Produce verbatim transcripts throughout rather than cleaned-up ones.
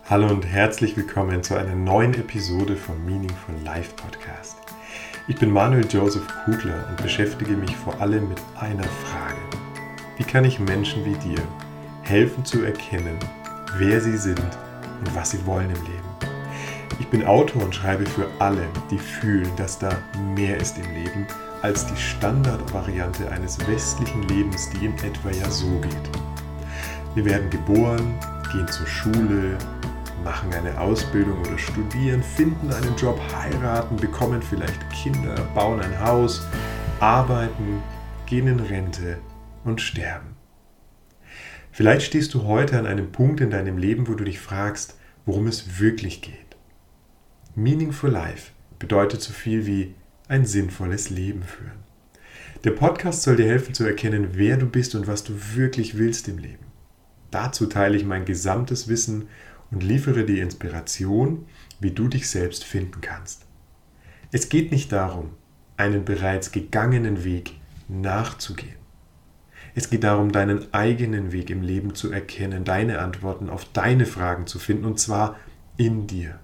Hallo und herzlich willkommen zu einer neuen Episode vom Meaningful Life Podcast. Ich bin Manuel Joseph Kugler und beschäftige mich vor allem mit einer Frage. Wie kann ich Menschen wie dir helfen zu erkennen, wer sie sind und was sie wollen im Leben? Ich bin Autor und schreibe für alle, die fühlen, dass da mehr ist im Leben als die Standardvariante eines westlichen Lebens, die in etwa ja so geht. Wir werden geboren, gehen zur Schule, machen eine Ausbildung oder studieren, finden einen Job, heiraten, bekommen vielleicht Kinder, bauen ein Haus, arbeiten, gehen in Rente und sterben. Vielleicht stehst du heute an einem Punkt in deinem Leben, wo du dich fragst, worum es wirklich geht. Meaningful Life bedeutet so viel wie ein sinnvolles Leben führen. Der Podcast soll dir helfen zu erkennen, wer du bist und was du wirklich willst im Leben. Dazu teile ich mein gesamtes Wissen und liefere dir Inspiration, wie du dich selbst finden kannst. Es geht nicht darum, einen bereits gegangenen Weg nachzugehen. Es geht darum, deinen eigenen Weg im Leben zu erkennen, deine Antworten auf deine Fragen zu finden, und zwar in dir.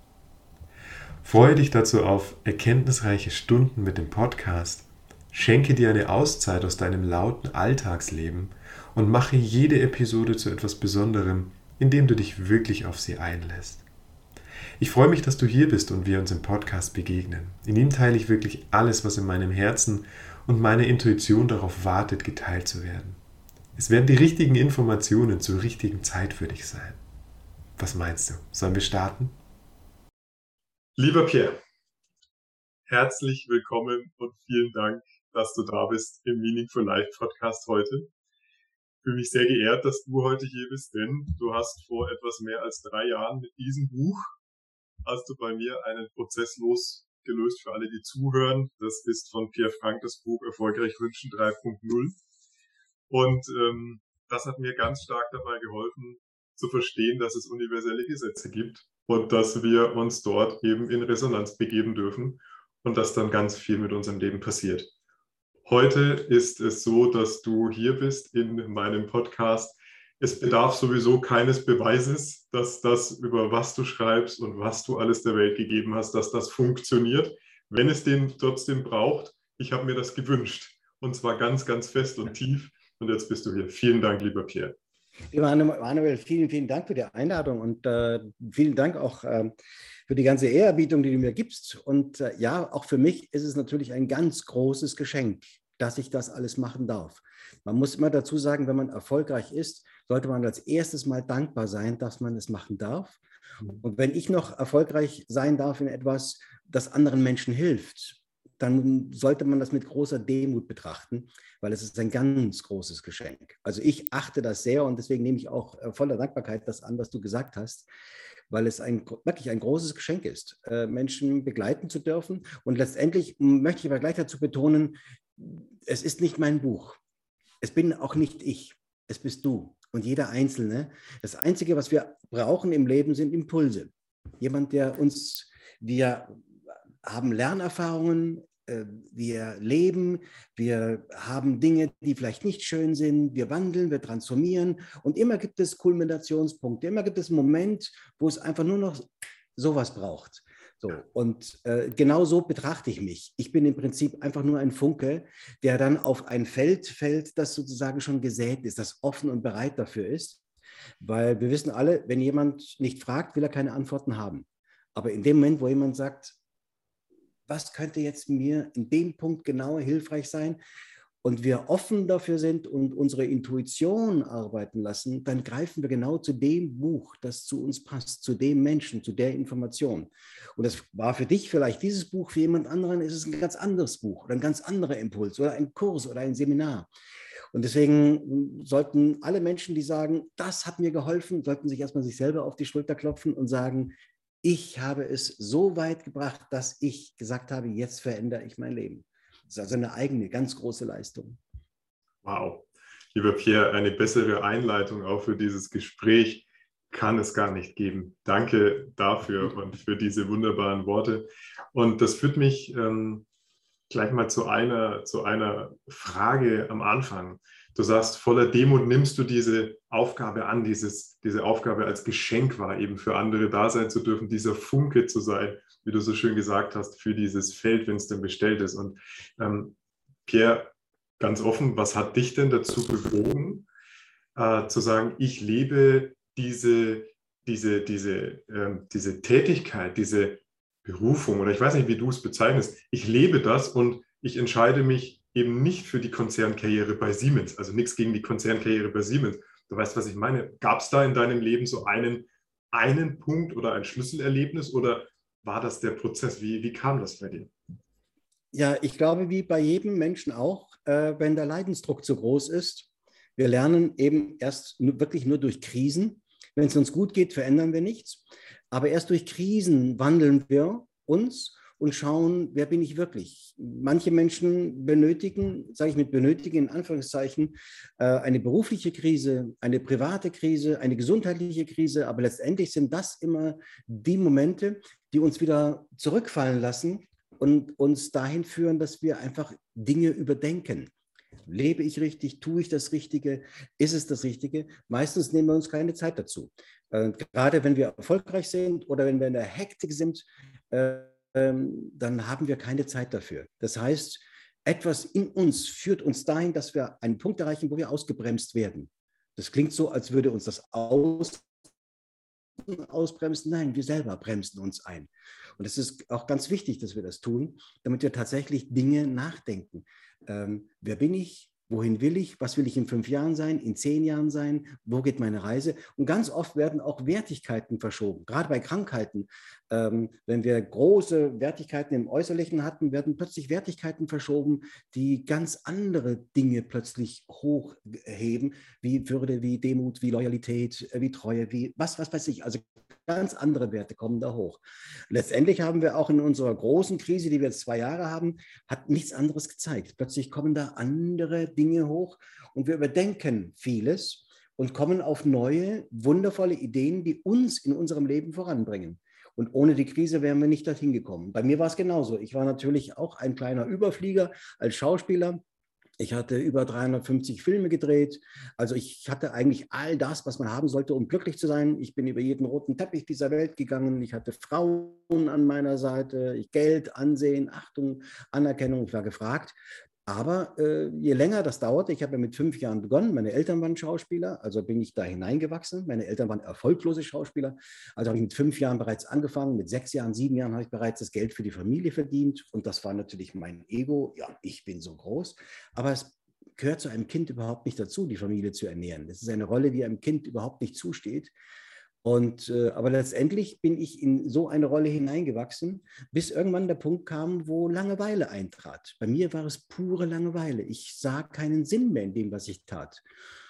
Freue dich dazu auf erkenntnisreiche Stunden mit dem Podcast, schenke dir eine Auszeit aus deinem lauten Alltagsleben und mache jede Episode zu etwas Besonderem, indem du dich wirklich auf sie einlässt. Ich freue mich, dass du hier bist und wir uns im Podcast begegnen. In ihm teile ich wirklich alles, was in meinem Herzen und meine Intuition darauf wartet, geteilt zu werden. Es werden die richtigen Informationen zur richtigen Zeit für dich sein. Was meinst du? Sollen wir starten? Lieber Pierre, herzlich willkommen und vielen Dank, dass du da bist im Meaningful Life Podcast heute. Ich fühle mich sehr geehrt, dass du heute hier bist, denn du hast vor etwas mehr als drei Jahren mit diesem Buch, hast du bei mir einen Prozess losgelöst für alle, die zuhören. Das ist von Pierre Frank, das Buch Erfolgreich Wünschen drei Punkt null. Und ähm, das hat mir ganz stark dabei geholfen, zu verstehen, dass es universelle Gesetze gibt und dass wir uns dort eben in Resonanz begeben dürfen und dass dann ganz viel mit unserem Leben passiert. Heute ist es so, dass du hier bist in meinem Podcast. Es bedarf sowieso keines Beweises, dass das, über was du schreibst und was du alles der Welt gegeben hast, dass das funktioniert. Wenn es den trotzdem braucht, ich habe mir das gewünscht. Und zwar ganz, ganz fest und tief. Und jetzt bist du hier. Vielen Dank, lieber Pierre. Lieber Manuel, vielen, vielen Dank für die Einladung und äh, vielen Dank auch äh, für die ganze Ehrerbietung, die du mir gibst. Und äh, ja, auch für mich ist es natürlich ein ganz großes Geschenk, dass ich das alles machen darf. Man muss immer dazu sagen, wenn man erfolgreich ist, sollte man als erstes mal dankbar sein, dass man es machen darf. Und wenn ich noch erfolgreich sein darf in etwas, das anderen Menschen hilft, dann sollte man das mit großer Demut betrachten, weil es ist ein ganz großes Geschenk. Also ich achte das sehr und deswegen nehme ich auch voller Dankbarkeit das an, was du gesagt hast, weil es ein, wirklich ein großes Geschenk ist, Menschen begleiten zu dürfen. Und letztendlich möchte ich aber gleich dazu betonen, es ist nicht mein Buch. Es bin auch nicht ich. Es bist du und jeder Einzelne. Das Einzige, was wir brauchen im Leben, sind Impulse. Jemand, der uns, wir haben Lernerfahrungen, wir leben, wir haben Dinge, die vielleicht nicht schön sind, wir wandeln, wir transformieren und immer gibt es Kulminationspunkte, immer gibt es einen Moment, wo es einfach nur noch sowas braucht. So, und äh, genau so betrachte ich mich. Ich bin im Prinzip einfach nur ein Funke, der dann auf ein Feld fällt, das sozusagen schon gesät ist, das offen und bereit dafür ist, weil wir wissen alle, wenn jemand nicht fragt, will er keine Antworten haben. Aber in dem Moment, wo jemand sagt, was könnte jetzt mir in dem Punkt genau hilfreich sein und wir offen dafür sind und unsere Intuition arbeiten lassen, dann greifen wir genau zu dem Buch, das zu uns passt, zu dem Menschen, zu der Information. Und das war für dich vielleicht dieses Buch, für jemand anderen ist es ein ganz anderes Buch oder ein ganz anderer Impuls oder ein Kurs oder ein Seminar. Und deswegen sollten alle Menschen, die sagen, das hat mir geholfen, sollten sich erstmal sich selber auf die Schulter klopfen und sagen, ich habe es so weit gebracht, dass ich gesagt habe, jetzt verändere ich mein Leben. Das ist also eine eigene, ganz große Leistung. Wow. Lieber Pierre, eine bessere Einleitung auch für dieses Gespräch kann es gar nicht geben. Danke dafür und für diese wunderbaren Worte. Und das führt mich ähm, gleich mal zu einer, zu einer Frage am Anfang. du sagst, voller Demut nimmst du diese Aufgabe an, dieses, diese Aufgabe als Geschenk war, eben für andere da sein zu dürfen, dieser Funke zu sein, wie du so schön gesagt hast, für dieses Feld, wenn es denn bestellt ist. Und ähm, Pierre, ganz offen, was hat dich denn dazu bewogen, äh, zu sagen, ich lebe diese, diese, diese, ähm, diese Tätigkeit, diese Berufung, oder ich weiß nicht, wie du es bezeichnest, ich lebe das und ich entscheide mich eben nicht für die Konzernkarriere bei Siemens, also nichts gegen die Konzernkarriere bei Siemens. Du weißt, was ich meine. Gab es da in deinem Leben so einen, einen Punkt oder ein Schlüsselerlebnis oder war das der Prozess? Wie, wie kam das bei dir? Ja, ich glaube, wie bei jedem Menschen auch, äh, wenn der Leidensdruck zu groß ist, wir lernen eben erst nur, wirklich nur durch Krisen. Wenn es uns gut geht, verändern wir nichts. Aber erst durch Krisen wandeln wir uns und schauen, wer bin ich wirklich. Manche Menschen benötigen, sage ich mit benötigen in Anführungszeichen, äh, eine berufliche Krise, eine private Krise, eine gesundheitliche Krise. Aber letztendlich sind das immer die Momente, die uns wieder zurückfallen lassen und uns dahin führen, dass wir einfach Dinge überdenken. Lebe ich richtig? Tue ich das Richtige? Ist es das Richtige? Meistens nehmen wir uns keine Zeit dazu. Äh, gerade wenn wir erfolgreich sind oder wenn wir in der Hektik sind, äh, ähm, dann haben wir keine Zeit dafür. Das heißt, etwas in uns führt uns dahin, dass wir einen Punkt erreichen, wo wir ausgebremst werden. Das klingt so, als würde uns das aus ausbremsen. Nein, wir selber bremsen uns ein. Und es ist auch ganz wichtig, dass wir das tun, damit wir tatsächlich Dinge nachdenken. Ähm, wer bin ich? Wohin will ich? Was will ich in fünf Jahren sein? In zehn Jahren sein? Wo geht meine Reise? Und ganz oft werden auch Wertigkeiten verschoben. Gerade bei Krankheiten. Ähm, wenn wir große Wertigkeiten im Äußerlichen hatten, werden plötzlich Wertigkeiten verschoben, die ganz andere Dinge plötzlich hochheben, wie Würde, wie Demut, wie Loyalität, wie Treue, wie was, was weiß ich. Also ganz andere Werte kommen da hoch. Letztendlich haben wir auch in unserer großen Krise, die wir jetzt zwei Jahre haben, hat nichts anderes gezeigt. Plötzlich kommen da andere Dinge hoch und wir überdenken vieles und kommen auf neue, wundervolle Ideen, die uns in unserem Leben voranbringen. Und ohne die Krise wären wir nicht dorthin gekommen. Bei mir war es genauso. Ich war natürlich auch ein kleiner Überflieger als Schauspieler. Ich hatte über dreihundertfünfzig Filme gedreht. Also ich hatte eigentlich all das, was man haben sollte, um glücklich zu sein. Ich bin über jeden roten Teppich dieser Welt gegangen. Ich hatte Frauen an meiner Seite, ich Geld, Ansehen, Achtung, Anerkennung. Ich war gefragt. Aber äh, je länger das dauerte, ich habe ja mit fünf Jahren begonnen, meine Eltern waren Schauspieler, also bin ich da hineingewachsen. Meine Eltern waren erfolglose Schauspieler, also habe ich mit fünf Jahren bereits angefangen, mit sechs Jahren, sieben Jahren habe ich bereits das Geld für die Familie verdient und das war natürlich mein Ego, ja, ich bin so groß, aber es gehört zu einem Kind überhaupt nicht dazu, die Familie zu ernähren. Das ist eine Rolle, die einem Kind überhaupt nicht zusteht. Und, äh, aber letztendlich bin ich in so eine Rolle hineingewachsen, bis irgendwann der Punkt kam, wo Langeweile eintrat. Bei mir war es pure Langeweile. Ich sah keinen Sinn mehr in dem, was ich tat.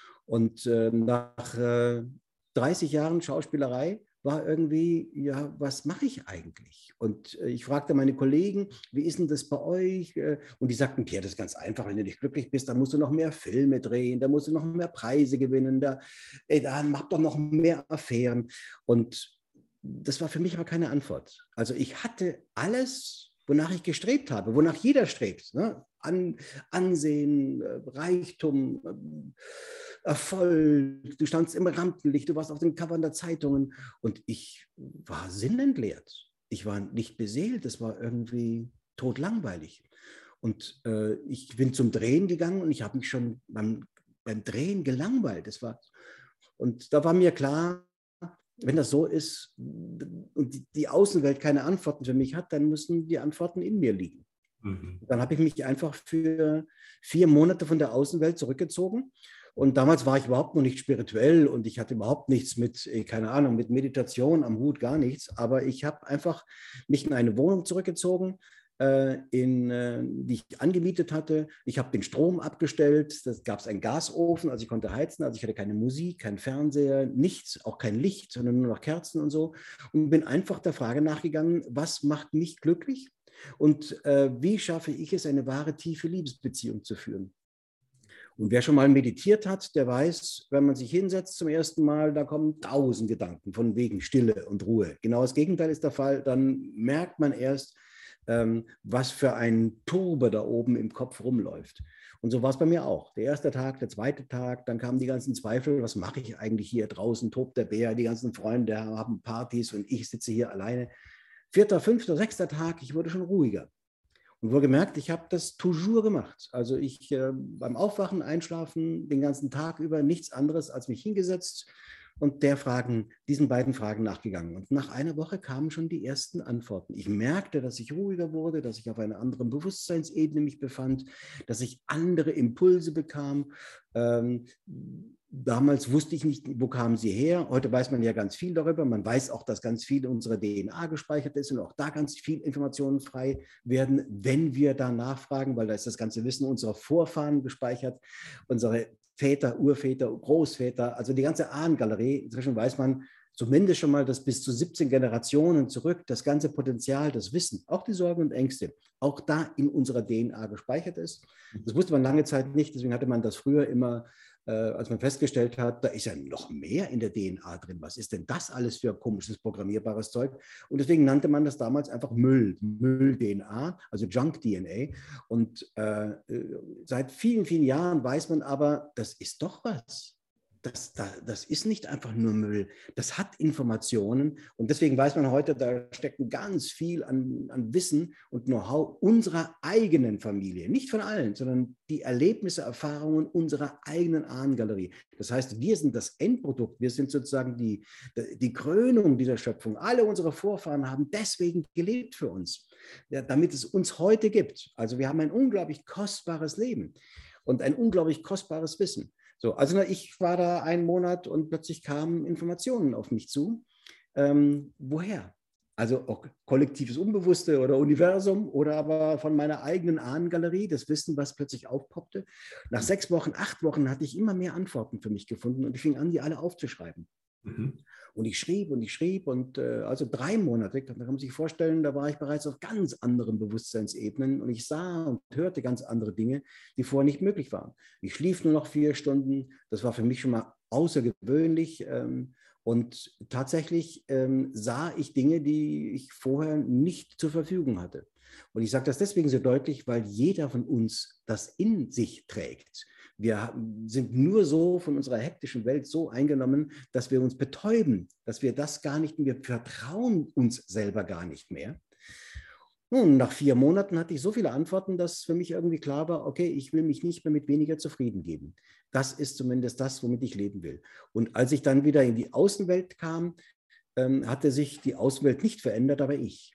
Und äh, nach äh, dreißig Jahren Schauspielerei war irgendwie, ja, was mache ich eigentlich? Und äh, ich fragte meine Kollegen, wie ist denn das bei euch? Äh, und die sagten, Pierre, das ist ganz einfach, wenn du nicht glücklich bist, dann musst du noch mehr Filme drehen, da musst du noch mehr Preise gewinnen, da, ey, dann mach doch noch mehr Affären. Und das war für mich aber keine Antwort. Also ich hatte alles, wonach ich gestrebt habe, wonach jeder strebt, ne? An, Ansehen, Reichtum, Erfolg, du standst im Rampenlicht, du warst auf den Covern der Zeitungen und ich war sinnentleert. Ich war nicht beseelt, es war irgendwie totlangweilig. Und äh, ich bin zum Drehen gegangen und ich habe mich schon beim, beim Drehen gelangweilt. Das war, und da war mir klar, wenn das so ist und die, die Außenwelt keine Antworten für mich hat, dann müssen die Antworten in mir liegen. Mhm. Dann habe ich mich einfach für vier Monate von der Außenwelt zurückgezogen. Und damals war ich überhaupt noch nicht spirituell und ich hatte überhaupt nichts mit, keine Ahnung, mit Meditation am Hut, gar nichts. Aber ich habe einfach mich in eine Wohnung zurückgezogen, äh, in, äh, die ich angemietet hatte. Ich habe den Strom abgestellt, da gab es einen Gasofen, also ich konnte heizen, also ich hatte keine Musik, kein Fernseher, nichts, auch kein Licht, sondern nur noch Kerzen und so. Und bin einfach der Frage nachgegangen, was macht mich glücklich und äh, wie schaffe ich es, eine wahre, tiefe Liebesbeziehung zu führen. Und wer schon mal meditiert hat, der weiß, wenn man sich hinsetzt zum ersten Mal, da kommen tausend Gedanken von wegen Stille und Ruhe. Genau das Gegenteil ist der Fall. Dann merkt man erst, ähm, was für ein Turbo da oben im Kopf rumläuft. Und so war es bei mir auch. Der erste Tag, der zweite Tag, dann kamen die ganzen Zweifel, was mache ich eigentlich hier draußen, tobt der Bär, die ganzen Freunde haben Partys und ich sitze hier alleine. Vierter, fünfter, sechster Tag, ich wurde schon ruhiger. Und wurde gemerkt, ich habe das toujours gemacht. Also ich äh, beim Aufwachen, Einschlafen, den ganzen Tag über nichts anderes als mich hingesetzt und der Fragen, diesen beiden Fragen nachgegangen. Und nach einer Woche kamen schon die ersten Antworten. Ich merkte, dass ich ruhiger wurde, dass ich auf einer anderen Bewusstseinsebene mich befand, dass ich andere Impulse bekam. Ähm, damals wusste ich nicht, wo kamen sie her. Heute weiß man ja ganz viel darüber. Man weiß auch, dass ganz viel unserer D N A gespeichert ist und auch da ganz viel Informationen frei werden, wenn wir da nachfragen, weil da ist das ganze Wissen unserer Vorfahren gespeichert, unsere Väter, Urväter, Großväter, also die ganze Ahnengalerie. Inzwischen weiß man zumindest schon mal, dass bis zu siebzehn Generationen zurück das ganze Potenzial, das Wissen, auch die Sorgen und Ängste, auch da in unserer D N A gespeichert ist. Das wusste man lange Zeit nicht, deswegen hatte man das früher immer, äh, als man festgestellt hat, da ist ja noch mehr in der D N A drin. Was ist denn das alles für komisches, programmierbares Zeug? Und deswegen nannte man das damals einfach Müll, Müll-D N A, also Junk-D N A. Und äh, seit vielen, vielen Jahren weiß man aber, das ist doch was. Das, das, das ist nicht einfach nur Müll, das hat Informationen und deswegen weiß man heute, da steckt ganz viel an, an Wissen und Know-how unserer eigenen Familie, nicht von allen, sondern die Erlebnisse, Erfahrungen unserer eigenen Ahnengalerie. Das heißt, wir sind das Endprodukt, wir sind sozusagen die, die Krönung dieser Schöpfung. Alle unsere Vorfahren haben deswegen gelebt für uns, ja, damit es uns heute gibt. Also wir haben ein unglaublich kostbares Leben und ein unglaublich kostbares Wissen. So, also ich war da einen Monat und plötzlich kamen Informationen auf mich zu. Ähm, woher? Also auch kollektives Unbewusste oder Universum oder aber von meiner eigenen Ahnengalerie, das Wissen, was plötzlich aufpoppte. Nach sechs Wochen, acht Wochen hatte ich immer mehr Antworten für mich gefunden und ich fing an, die alle aufzuschreiben. Mhm. Und ich schrieb und ich schrieb und äh, also drei Monate, da kann man sich vorstellen, da war ich bereits auf ganz anderen Bewusstseinsebenen und ich sah und hörte ganz andere Dinge, die vorher nicht möglich waren. Ich schlief nur noch vier Stunden, das war für mich schon mal außergewöhnlich ähm, und tatsächlich ähm, sah ich Dinge, die ich vorher nicht zur Verfügung hatte. Und ich sage das deswegen so deutlich, weil jeder von uns das in sich trägt. Wir sind nur so von unserer hektischen Welt so eingenommen, dass wir uns betäuben, dass wir das gar nicht mehr, wir vertrauen uns selber gar nicht mehr. Nun, nach vier Monaten hatte ich so viele Antworten, dass für mich irgendwie klar war, okay, ich will mich nicht mehr mit weniger zufrieden geben. Das ist zumindest das, womit ich leben will. Und als ich dann wieder in die Außenwelt kam, ähm, hatte sich die Außenwelt nicht verändert, aber ich.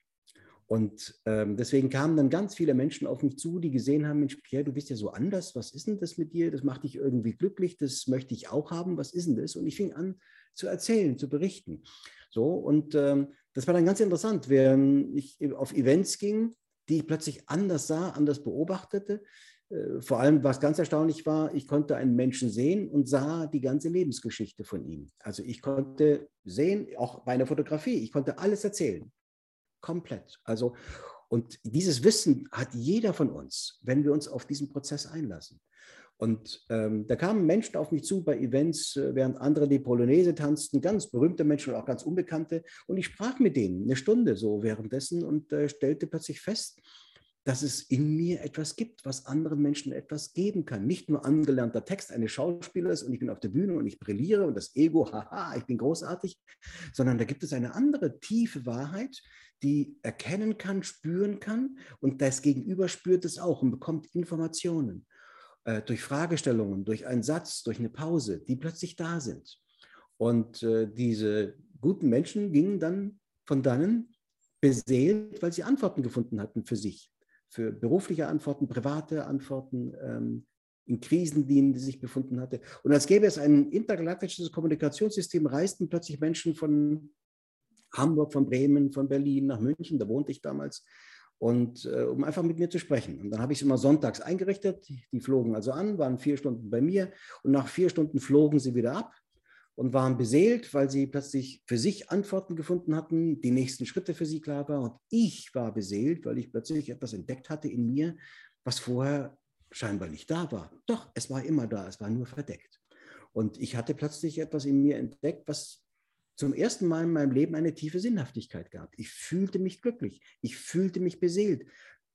Und ähm, deswegen kamen dann ganz viele Menschen auf mich zu, die gesehen haben, Mensch, Pierre, du bist ja so anders, was ist denn das mit dir? Das macht dich irgendwie glücklich, das möchte ich auch haben, was ist denn das? Und ich fing an zu erzählen, zu berichten. So, und ähm, das war dann ganz interessant, während ich auf Events ging, die ich plötzlich anders sah, anders beobachtete. Äh, vor allem, was ganz erstaunlich war, ich konnte einen Menschen sehen und sah die ganze Lebensgeschichte von ihm. Also ich konnte sehen, auch bei einer Fotografie, ich konnte alles erzählen. Komplett. Also, und dieses Wissen hat jeder von uns, wenn wir uns auf diesen Prozess einlassen. Und ähm, da kamen Menschen auf mich zu bei Events, äh, während andere die Polonaise tanzten, ganz berühmte Menschen und auch ganz unbekannte. Und ich sprach mit denen eine Stunde so währenddessen und äh, stellte plötzlich fest, dass es in mir etwas gibt, was anderen Menschen etwas geben kann. Nicht nur angelernter Text eines Schauspielers und ich bin auf der Bühne und ich brilliere und das Ego, haha, ich bin großartig, sondern da gibt es eine andere tiefe Wahrheit, die erkennen kann, spüren kann und das Gegenüber spürt es auch und bekommt Informationen äh, durch Fragestellungen, durch einen Satz, durch eine Pause, die plötzlich da sind. Und äh, diese guten Menschen gingen dann von dannen beseelt, weil sie Antworten gefunden hatten für sich. Für berufliche Antworten, private Antworten, ähm, in Krisen, die sie sich befunden hatte. Und als gäbe es ein intergalaktisches Kommunikationssystem, reisten plötzlich Menschen von Hamburg, von Bremen, von Berlin nach München, da wohnte ich damals, und äh, um einfach mit mir zu sprechen. Und dann habe ich es immer sonntags eingerichtet, die, die flogen also an, waren vier Stunden bei mir und nach vier Stunden flogen sie wieder ab und waren beseelt, weil sie plötzlich für sich Antworten gefunden hatten, die nächsten Schritte für sie klar waren. Und ich war beseelt, weil ich plötzlich etwas entdeckt hatte in mir, was vorher scheinbar nicht da war. Doch, es war immer da, es war nur verdeckt. Und ich hatte plötzlich etwas in mir entdeckt, was zum ersten Mal in meinem Leben eine tiefe Sinnhaftigkeit gab. Ich fühlte mich glücklich, ich fühlte mich beseelt.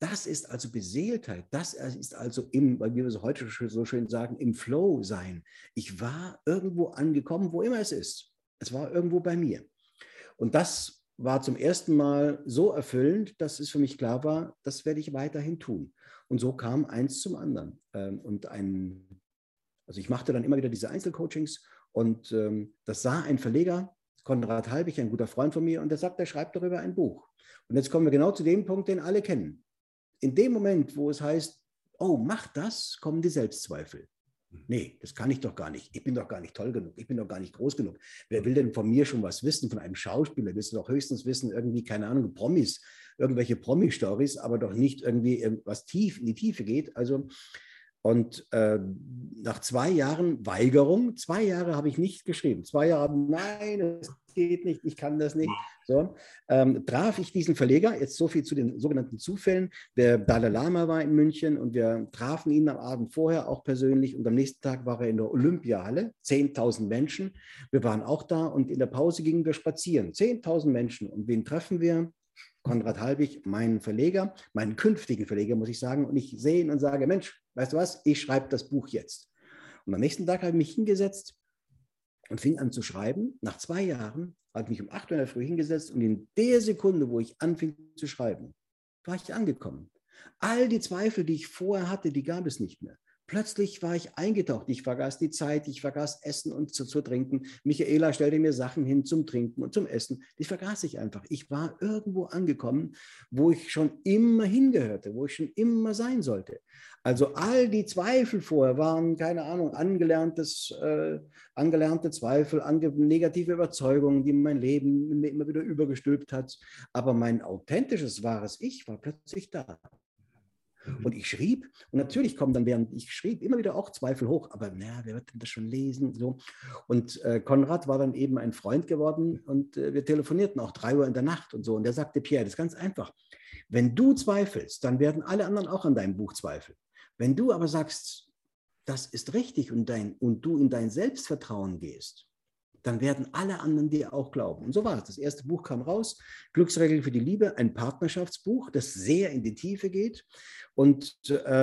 Das ist also Beseeltheit, das ist also im, weil wir so heute so schön sagen, im Flow sein. Ich war irgendwo angekommen, wo immer es ist. Es war irgendwo bei mir. Und das war zum ersten Mal so erfüllend, dass es für mich klar war, das werde ich weiterhin tun. Und so kam eins zum anderen. Und ein, also ich machte dann immer wieder diese Einzelcoachings und das sah ein Verleger, Konrad Halbig, ein guter Freund von mir, und der sagt, er schreibt darüber ein Buch. Und jetzt kommen wir genau zu dem Punkt, den alle kennen. In dem Moment, wo es heißt, oh, mach das, kommen die Selbstzweifel. Nee, das kann ich doch gar nicht. Ich bin doch gar nicht toll genug. Ich bin doch gar nicht groß genug. Wer will denn von mir schon was wissen, von einem Schauspieler? Willst du doch höchstens wissen, irgendwie, keine Ahnung, Promis, irgendwelche Promi-Stories, aber doch nicht irgendwie, was tief in die Tiefe geht. Also, und äh, nach zwei Jahren Weigerung, zwei Jahre habe ich nicht geschrieben. Zwei Jahre, nein, es geht nicht, ich kann das nicht. So, ähm, traf ich diesen Verleger, jetzt so viel zu den sogenannten Zufällen. Der Dalai Lama war in München und wir trafen ihn am Abend vorher auch persönlich und am nächsten Tag war er in der Olympiahalle, zehntausend Menschen. Wir waren auch da und in der Pause gingen wir spazieren, zehntausend Menschen. Und wen treffen wir? Konrad Halbig, meinen Verleger, meinen künftigen Verleger, muss ich sagen. Und ich sehe ihn und sage, Mensch, weißt du was, ich schreibe das Buch jetzt. Und am nächsten Tag habe ich mich hingesetzt und fing an zu schreiben. Nach zwei Jahren habe ich mich um acht Uhr in der Früh hingesetzt und in der Sekunde, wo ich anfing zu schreiben, war ich angekommen. All die Zweifel, die ich vorher hatte, die gab es nicht mehr. Plötzlich war ich eingetaucht. Ich vergaß die Zeit, ich vergaß Essen und zu, zu trinken. Michaela stellte mir Sachen hin zum Trinken und zum Essen. Die vergaß ich einfach. Ich war irgendwo angekommen, wo ich schon immer hingehörte, wo ich schon immer sein sollte. Also all die Zweifel vorher waren, keine Ahnung, angelerntes, äh, angelernte Zweifel, ange negative Überzeugungen, die mein Leben immer wieder übergestülpt hat. Aber mein authentisches, wahres Ich war plötzlich da. Und ich schrieb, und natürlich kommen dann, während ich schrieb, immer wieder auch Zweifel hoch, aber naja, wer wird denn das schon lesen? So. Und äh, Konrad war dann eben ein Freund geworden und äh, wir telefonierten auch drei Uhr in der Nacht und so. Und der sagte, Pierre, das ist ganz einfach. Wenn du zweifelst, dann werden alle anderen auch an deinem Buch zweifeln. Wenn du aber sagst, das ist richtig und, dein, und du in dein Selbstvertrauen gehst, dann werden alle anderen dir auch glauben. Und so war es. Das erste Buch kam raus, Glücksregel für die Liebe, ein Partnerschaftsbuch, das sehr in die Tiefe geht. Und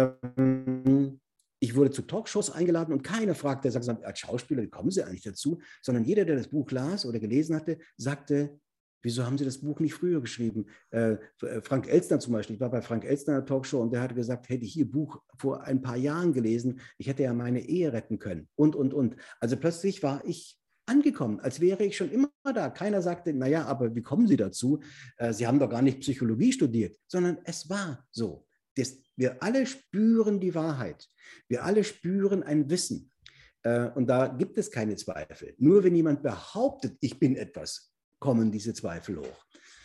ähm, ich wurde zu Talkshows eingeladen und keiner fragte, der sagt, als Schauspieler, wie kommen Sie eigentlich dazu? Sondern jeder, der das Buch las oder gelesen hatte, sagte, wieso haben Sie das Buch nicht früher geschrieben? Äh, Frank Elstner zum Beispiel, ich war bei Frank Elstner in der Talkshow und der hatte gesagt, hätte ich Ihr Buch vor ein paar Jahren gelesen, ich hätte ja meine Ehe retten können und, und, und. Also plötzlich war ich angekommen, als wäre ich schon immer da. Keiner sagte, naja, aber wie kommen Sie dazu? Äh, Sie haben doch gar nicht Psychologie studiert, sondern es war so. Das, wir alle spüren die Wahrheit. Wir alle spüren ein Wissen. Äh, und da gibt es keine Zweifel. Nur wenn jemand behauptet, ich bin etwas, kommen diese Zweifel hoch.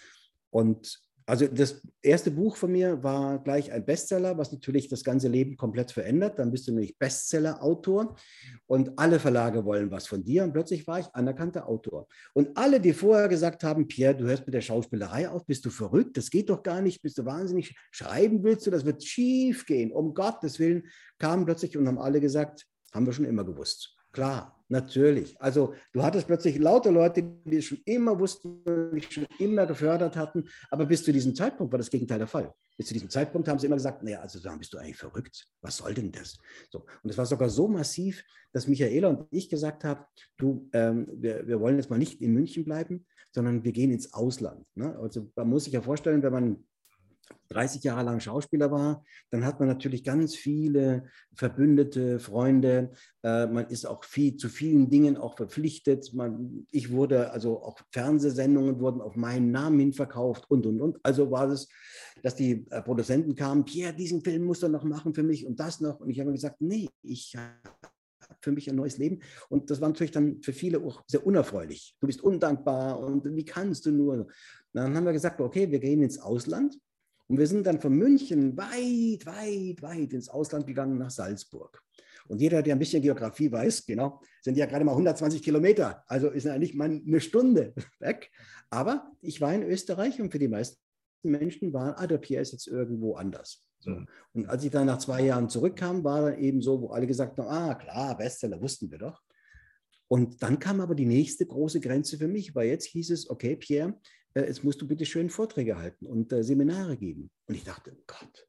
Und also das erste Buch von mir war gleich ein Bestseller, was natürlich das ganze Leben komplett verändert. Dann bist du nämlich Bestseller-Autor und alle Verlage wollen was von dir. Und plötzlich war ich anerkannter Autor. Und alle, die vorher gesagt haben, Pierre, du hörst mit der Schauspielerei auf, bist du verrückt, das geht doch gar nicht, bist du wahnsinnig, schreiben willst du, das wird schief gehen, um Gottes Willen, kamen plötzlich und haben alle gesagt, haben wir schon immer gewusst. Klar, natürlich. Also du hattest plötzlich lauter Leute, die es schon immer wussten, die schon immer gefördert hatten, aber bis zu diesem Zeitpunkt war das Gegenteil der Fall. Bis zu diesem Zeitpunkt haben sie immer gesagt, naja, also dann bist du eigentlich verrückt. Was soll denn das? So. Und es war sogar so massiv, dass Michaela und ich gesagt haben, du, ähm, wir, wir wollen jetzt mal nicht in München bleiben, sondern wir gehen ins Ausland. Ne? Also man muss sich ja vorstellen, wenn man dreißig Jahre lang Schauspieler war, dann hat man natürlich ganz viele Verbündete, Freunde. Äh, man ist auch viel, zu vielen Dingen auch verpflichtet. Man, ich wurde, also auch Fernsehsendungen wurden auf meinen Namen hin verkauft und, und, und. Also war es, dass die äh, Produzenten kamen, Pierre, diesen Film musst du noch machen für mich und das noch. Und ich habe gesagt, nee, ich habe für mich ein neues Leben. Und das war natürlich dann für viele auch sehr unerfreulich. Du bist undankbar und wie kannst du nur? Dann haben wir gesagt, okay, wir gehen ins Ausland. Und wir sind dann von München weit, weit, weit ins Ausland gegangen, nach Salzburg. Und jeder, der ein bisschen Geografie weiß, genau, sind ja gerade mal hundertzwanzig Kilometer. Also ist ja nicht mal eine Stunde weg. Aber ich war in Österreich und für die meisten Menschen war, ah, der Pierre ist jetzt irgendwo anders. So. Mhm. Und als ich dann nach zwei Jahren zurückkam, war dann eben so, wo alle gesagt haben, ah, klar, Bestseller, wussten wir doch. Und dann kam aber die nächste große Grenze für mich, weil jetzt hieß es, okay, Pierre, jetzt musst du bitte schön Vorträge halten und äh, Seminare geben. Und ich dachte, Gott,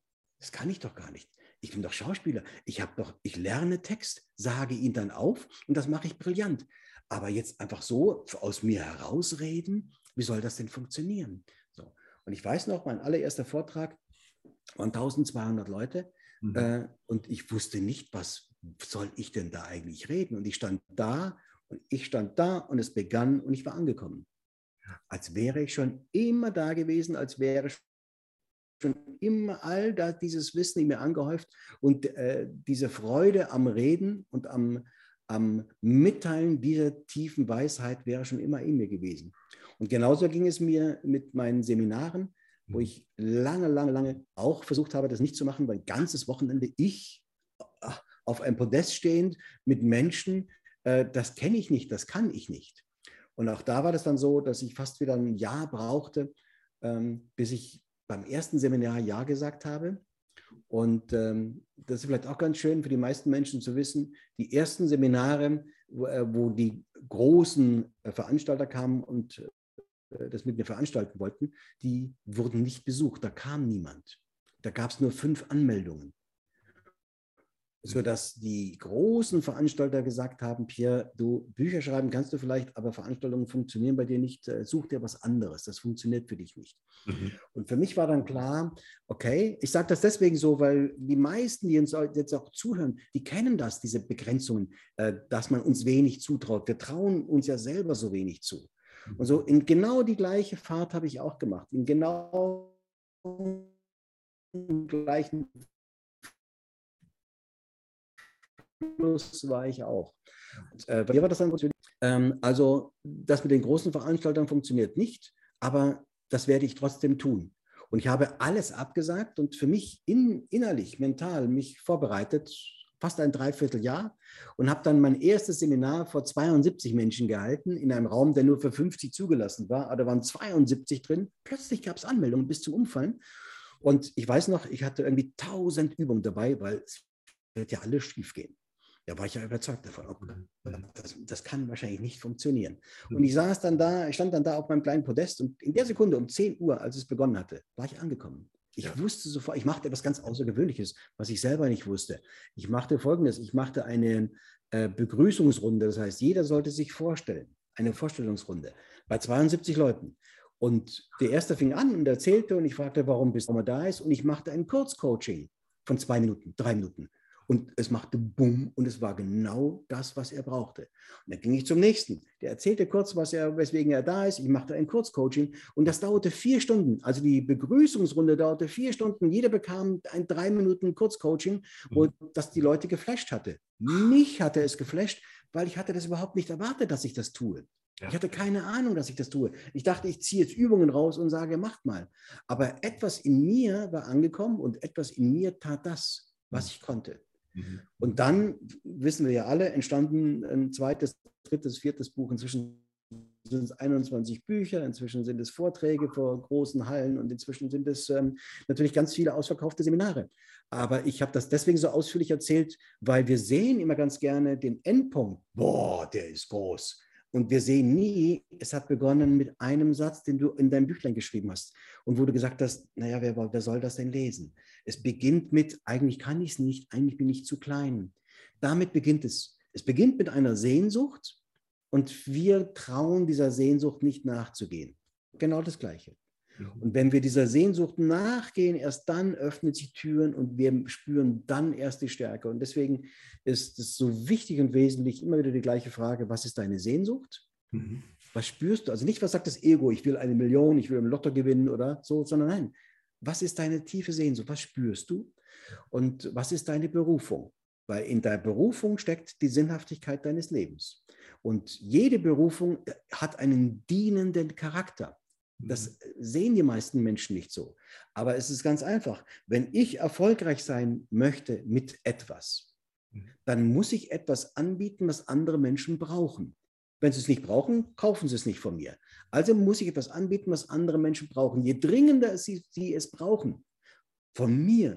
Das kann ich doch gar nicht. Ich bin doch Schauspieler. Ich habe doch, ich lerne Text, sage ihn dann auf und das mache ich brillant. Aber jetzt einfach so aus mir herausreden, wie soll das denn funktionieren? So. Und ich weiß noch, mein allererster Vortrag waren eintausendzweihundert Leute mhm. äh, und ich wusste nicht, was soll ich denn da eigentlich reden? Und ich stand da und ich stand da und es begann und ich war angekommen. Als wäre ich schon immer da gewesen, als wäre schon immer all das, dieses Wissen in mir angehäuft und äh, diese Freude am Reden und am, am Mitteilen dieser tiefen Weisheit wäre schon immer in mir gewesen. Und genauso ging es mir mit meinen Seminaren, wo ich lange, lange, lange auch versucht habe, das nicht zu machen, weil ein ganzes Wochenende ich auf einem Podest stehend mit Menschen, äh, das kenne ich nicht, das kann ich nicht. Und auch da war das dann so, dass ich fast wieder ein Jahr brauchte, ähm, bis ich beim ersten Seminar Ja gesagt habe. Und ähm, das ist vielleicht auch ganz schön für die meisten Menschen zu wissen, die ersten Seminare, wo, äh, wo die großen äh, Veranstalter kamen und äh, das mit mir veranstalten wollten, die wurden nicht besucht, da kam niemand. Da gab es nur fünf Anmeldungen. Sodass die großen Veranstalter gesagt haben, Pierre, du Bücher schreiben kannst du vielleicht, aber Veranstaltungen funktionieren bei dir nicht, such dir was anderes, das funktioniert für dich nicht. Mhm. Und für mich war dann klar, okay, ich sage das deswegen so, weil die meisten, die uns jetzt auch zuhören, die kennen das, diese Begrenzungen, dass man uns wenig zutraut. Wir trauen uns ja selber so wenig zu. Und so in genau die gleiche Fahrt habe ich auch gemacht, in genau dem gleichen war ich auch. Und, äh, bei mir war das dann ähm, also das mit den großen Veranstaltern funktioniert nicht, aber das werde ich trotzdem tun. Und ich habe alles abgesagt und für mich in, innerlich, mental mich vorbereitet, fast ein Dreivierteljahr und habe dann mein erstes Seminar vor zweiundsiebzig Menschen gehalten, in einem Raum, der nur für fünfzig zugelassen war, aber da waren zweiundsiebzig drin. Plötzlich gab es Anmeldungen bis zum Umfallen. Und ich weiß noch, ich hatte irgendwie tausend Übungen dabei, weil es wird ja alles schief gehen. Da war ich ja überzeugt davon, okay, das, das kann wahrscheinlich nicht funktionieren. Und ich saß dann da, ich stand dann da auf meinem kleinen Podest und in der Sekunde um zehn Uhr, als es begonnen hatte, war ich angekommen. Ich ja. wusste sofort, ich machte etwas ganz Außergewöhnliches, was ich selber nicht wusste. Ich machte Folgendes, ich machte eine äh, Begrüßungsrunde, das heißt, jeder sollte sich vorstellen, eine Vorstellungsrunde bei zweiundsiebzig Leuten. Und der Erste fing an und erzählte und ich fragte, warum bist du mal da ist und ich machte ein Kurzcoaching von zwei Minuten, drei Minuten. Und es machte Bumm und es war genau das, was er brauchte. Und dann ging ich zum nächsten. Der erzählte kurz, was er, weswegen er da ist. Ich machte ein Kurzcoaching und das dauerte vier Stunden. Also die Begrüßungsrunde dauerte vier Stunden. Jeder bekam ein drei Minuten Kurzcoaching, wo das die Leute geflasht hatte. Mich hatte es geflasht, weil ich hatte das überhaupt nicht erwartet, dass ich das tue. Ja. Ich hatte keine Ahnung, dass ich das tue. Ich dachte, ich ziehe jetzt Übungen raus und sage, macht mal. Aber etwas in mir war angekommen und etwas in mir tat das, was ich konnte. Und dann, wissen wir ja alle, entstanden ein zweites, drittes, viertes Buch. Inzwischen sind es einundzwanzig Bücher, inzwischen sind es Vorträge vor großen Hallen und inzwischen sind es ähm, natürlich ganz viele ausverkaufte Seminare. Aber ich habe das deswegen so ausführlich erzählt, weil wir sehen immer ganz gerne den Endpunkt. Boah, der ist groß. Und wir sehen nie, es hat begonnen mit einem Satz, den du in deinem Büchlein geschrieben hast und wo du gesagt hast, naja, wer, wer soll das denn lesen? Es beginnt mit, eigentlich kann ich es nicht, eigentlich bin ich zu klein. Damit beginnt es. Es beginnt mit einer Sehnsucht und wir trauen dieser Sehnsucht nicht nachzugehen. Genau das Gleiche. Und wenn wir dieser Sehnsucht nachgehen, erst dann öffnen sich Türen und wir spüren dann erst die Stärke. Und deswegen ist es so wichtig und wesentlich immer wieder die gleiche Frage, was ist deine Sehnsucht? Mhm. Was spürst du? Also nicht, was sagt das Ego, ich will eine Million, ich will im Lotto gewinnen oder so, sondern nein, was ist deine tiefe Sehnsucht? Was spürst du? Und was ist deine Berufung? Weil in der Berufung steckt die Sinnhaftigkeit deines Lebens. Und jede Berufung hat einen dienenden Charakter. Das sehen die meisten Menschen nicht so. Aber es ist ganz einfach. Wenn ich erfolgreich sein möchte mit etwas, dann muss ich etwas anbieten, was andere Menschen brauchen. Wenn sie es nicht brauchen, kaufen sie es nicht von mir. Also muss ich etwas anbieten, was andere Menschen brauchen. Je dringender sie, sie es brauchen, von mir,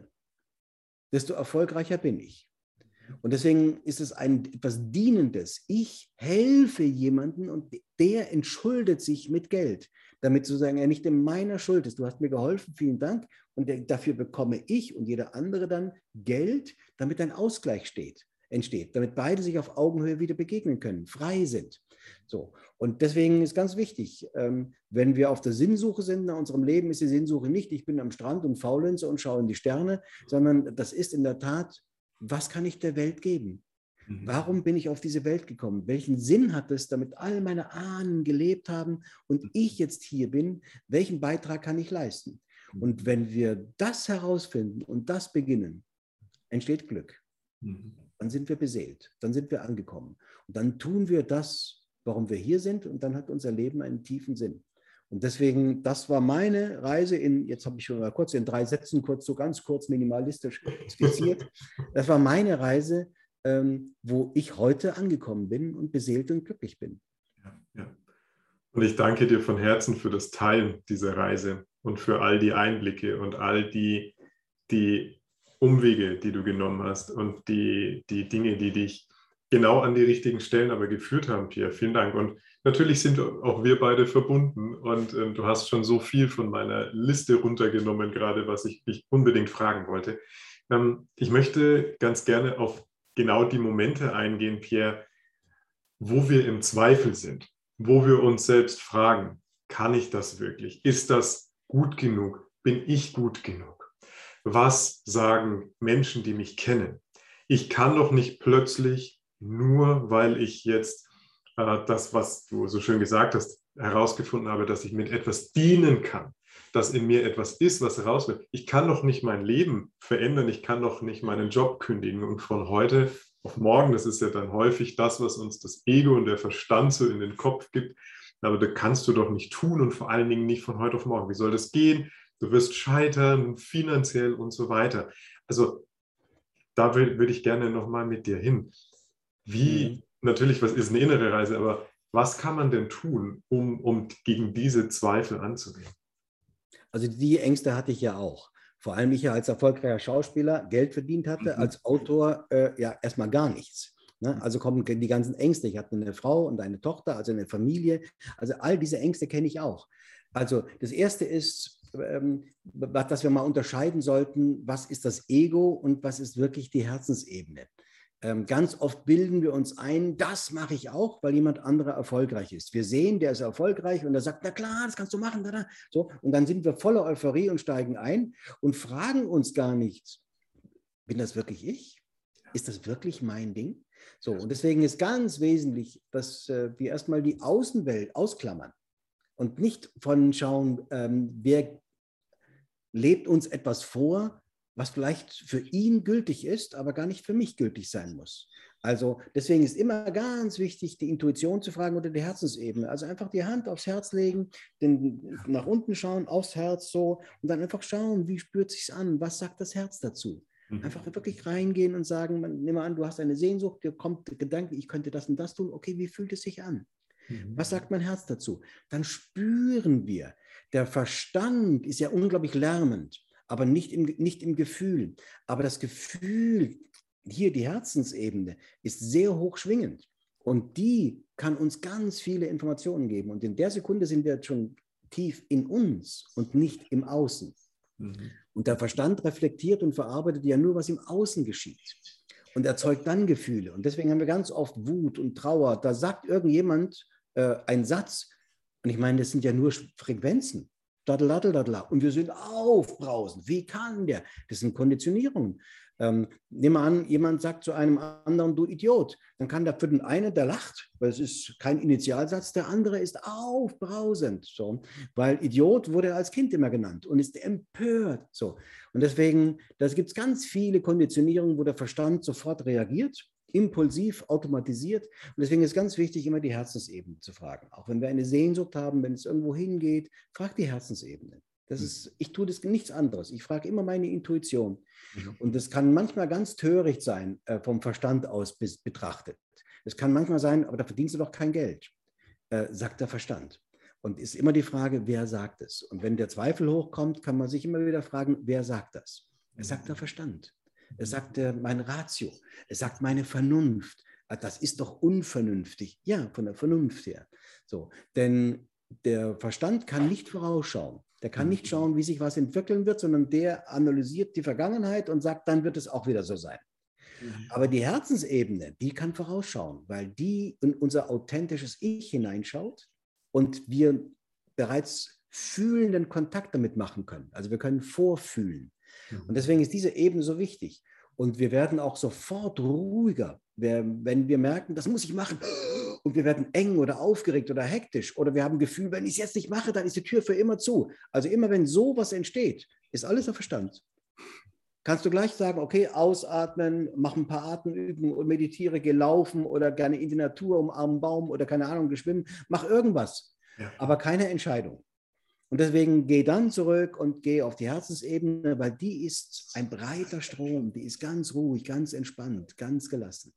desto erfolgreicher bin ich. Und deswegen ist es ein etwas Dienendes. Ich helfe jemandem und der entschuldet sich mit Geld. damit sozusagen er nicht in meiner Schuld ist. Du hast mir geholfen, vielen Dank. Und dafür bekomme ich und jeder andere dann Geld, damit ein Ausgleich steht, entsteht, damit beide sich auf Augenhöhe wieder begegnen können, frei sind. So. Und deswegen ist ganz wichtig, ähm, wenn wir auf der Sinnsuche sind in unserem Leben, ist die Sinnsuche nicht, ich bin am Strand und faulenze und schaue in die Sterne, sondern das ist in der Tat, was kann ich der Welt geben? Warum bin ich auf diese Welt gekommen? Welchen Sinn hat es, damit all meine Ahnen gelebt haben und ich jetzt hier bin? Welchen Beitrag kann ich leisten? Und wenn wir das herausfinden und das beginnen, entsteht Glück. Dann sind wir beseelt, dann sind wir angekommen. Und dann tun wir das, warum wir hier sind, und dann hat unser Leben einen tiefen Sinn. Und deswegen, das war meine Reise in, jetzt habe ich schon mal kurz in drei Sätzen, kurz so ganz kurz minimalistisch skizziert. Das war meine Reise, ähm, wo ich heute angekommen bin und beseelt und glücklich bin. Ja, ja. Und ich danke dir von Herzen für das Teilen dieser Reise und für all die Einblicke und all die, die Umwege, die du genommen hast und die, die Dinge, die dich genau an die richtigen Stellen aber geführt haben, Pierre. Vielen Dank. Und natürlich sind auch wir beide verbunden und äh, du hast schon so viel von meiner Liste runtergenommen, gerade was ich dich unbedingt fragen wollte. Ähm, ich möchte ganz gerne auf genau die Momente eingehen, Pierre, wo wir im Zweifel sind, wo wir uns selbst fragen, kann ich das wirklich? Ist das gut genug? Bin ich gut genug? Was sagen Menschen, die mich kennen? Ich kann doch nicht plötzlich, nur weil ich jetzt äh, das, was du so schön gesagt hast, herausgefunden habe, dass ich mit etwas dienen kann, dass in mir etwas ist, was raus will. Ich kann doch nicht mein Leben verändern, ich kann doch nicht meinen Job kündigen und von heute auf morgen, das ist ja dann häufig das, was uns das Ego und der Verstand so in den Kopf gibt, aber das kannst du doch nicht tun und vor allen Dingen nicht von heute auf morgen. Wie soll das gehen? Du wirst scheitern, finanziell und so weiter. Also da würde würd ich gerne nochmal mit dir hin. Wie, mhm. natürlich, was ist eine innere Reise, aber was kann man denn tun, um, um gegen diese Zweifel anzugehen? Also die Ängste hatte ich ja auch. Vor allem ich ja als erfolgreicher Schauspieler Geld verdient hatte, mhm. als Autor äh, ja erstmal gar nichts. Ne? Also kommen die ganzen Ängste. Ich hatte eine Frau und eine Tochter, also eine Familie. Also all diese Ängste kenne ich auch. Also das Erste ist, ähm, dass wir mal unterscheiden sollten, was ist das Ego und was ist wirklich die Herzensebene. Ähm, ganz oft bilden wir uns ein, das mache ich auch, weil jemand anderer erfolgreich ist. Wir sehen, der ist erfolgreich und er sagt, na klar, das kannst du machen. Da, da. So, und dann sind wir voller Euphorie und steigen ein und fragen uns gar nicht, bin das wirklich ich? Ist das wirklich mein Ding? So, und deswegen ist ganz wesentlich, dass äh, wir erstmal die Außenwelt ausklammern und nicht von schauen, ähm, wer lebt uns etwas vor, was vielleicht für ihn gültig ist, aber gar nicht für mich gültig sein muss. Also deswegen ist immer ganz wichtig, die Intuition zu fragen oder die Herzensebene. Also einfach die Hand aufs Herz legen, den, nach unten schauen, aufs Herz so und dann einfach schauen, wie spürt sich's an, was sagt das Herz dazu? Einfach wirklich reingehen und sagen, man, nimm mal an, du hast eine Sehnsucht, dir kommt der Gedanke, ich könnte das und das tun, okay, wie fühlt es sich an? Was sagt mein Herz dazu? Dann spüren wir. Der Verstand ist ja unglaublich lärmend, aber nicht im, nicht im Gefühl. Aber das Gefühl, hier die Herzensebene, ist sehr hoch schwingend. Und die kann uns ganz viele Informationen geben. Und in der Sekunde sind wir schon tief in uns und nicht im Außen. Mhm. Und der Verstand reflektiert und verarbeitet ja nur, was im Außen geschieht. Und erzeugt dann Gefühle. Und deswegen haben wir ganz oft Wut und Trauer. Da sagt irgendjemand äh, einen Satz. Und ich meine, das sind ja nur Frequenzen. Daddeladdeladla. Und wir sind aufbrausend. Wie kann der? Das sind Konditionierungen. Ähm, nehmen wir an, jemand sagt zu einem anderen, du Idiot. Dann kann der für den einen, der lacht, weil es ist kein Initialsatz, der andere ist aufbrausend. So. Weil Idiot wurde als Kind immer genannt und ist empört. So. Und deswegen, da gibt es ganz viele Konditionierungen, wo der Verstand sofort reagiert, impulsiv, automatisiert. Und deswegen ist ganz wichtig, immer die Herzensebene zu fragen. Auch wenn wir eine Sehnsucht haben, wenn es irgendwo hingeht, frag die Herzensebene. Das ist, ich tue das nichts anderes. Ich frage immer meine Intuition. Mhm. Und das kann manchmal ganz töricht sein, äh, vom Verstand aus bis, betrachtet. Es kann manchmal sein, aber da verdienst du doch kein Geld, äh, sagt der Verstand. Und ist immer die Frage, wer sagt es? Und wenn der Zweifel hochkommt, kann man sich immer wieder fragen, wer sagt das? Es sagt der Verstand. Es sagt äh, mein Ratio. Es sagt meine Vernunft. Das ist doch unvernünftig. Ja, von der Vernunft her. So, denn der Verstand kann nicht vorausschauen. Der kann nicht schauen, wie sich was entwickeln wird, sondern der analysiert die Vergangenheit und sagt, dann wird es auch wieder so sein. Aber die Herzensebene, die kann vorausschauen, weil die in unser authentisches Ich hineinschaut und wir bereits fühlenden Kontakt damit machen können. Also wir können vorfühlen. Und deswegen ist diese Ebene so wichtig. Und wir werden auch sofort ruhiger, wenn wir merken, das muss ich machen. Und wir werden eng oder aufgeregt oder hektisch. Oder wir haben ein Gefühl, wenn ich es jetzt nicht mache, dann ist die Tür für immer zu. Also immer wenn sowas entsteht, ist alles der Verstand. Kannst du gleich sagen, okay, ausatmen, mach ein paar Atemübungen und meditiere, geh laufen oder gerne in die Natur, umarm einen Baum oder keine Ahnung, schwimmen. Mach irgendwas, ja. Aber keine Entscheidung. Und deswegen geh dann zurück und geh auf die Herzensebene, weil die ist ein breiter Strom, die ist ganz ruhig, ganz entspannt, ganz gelassen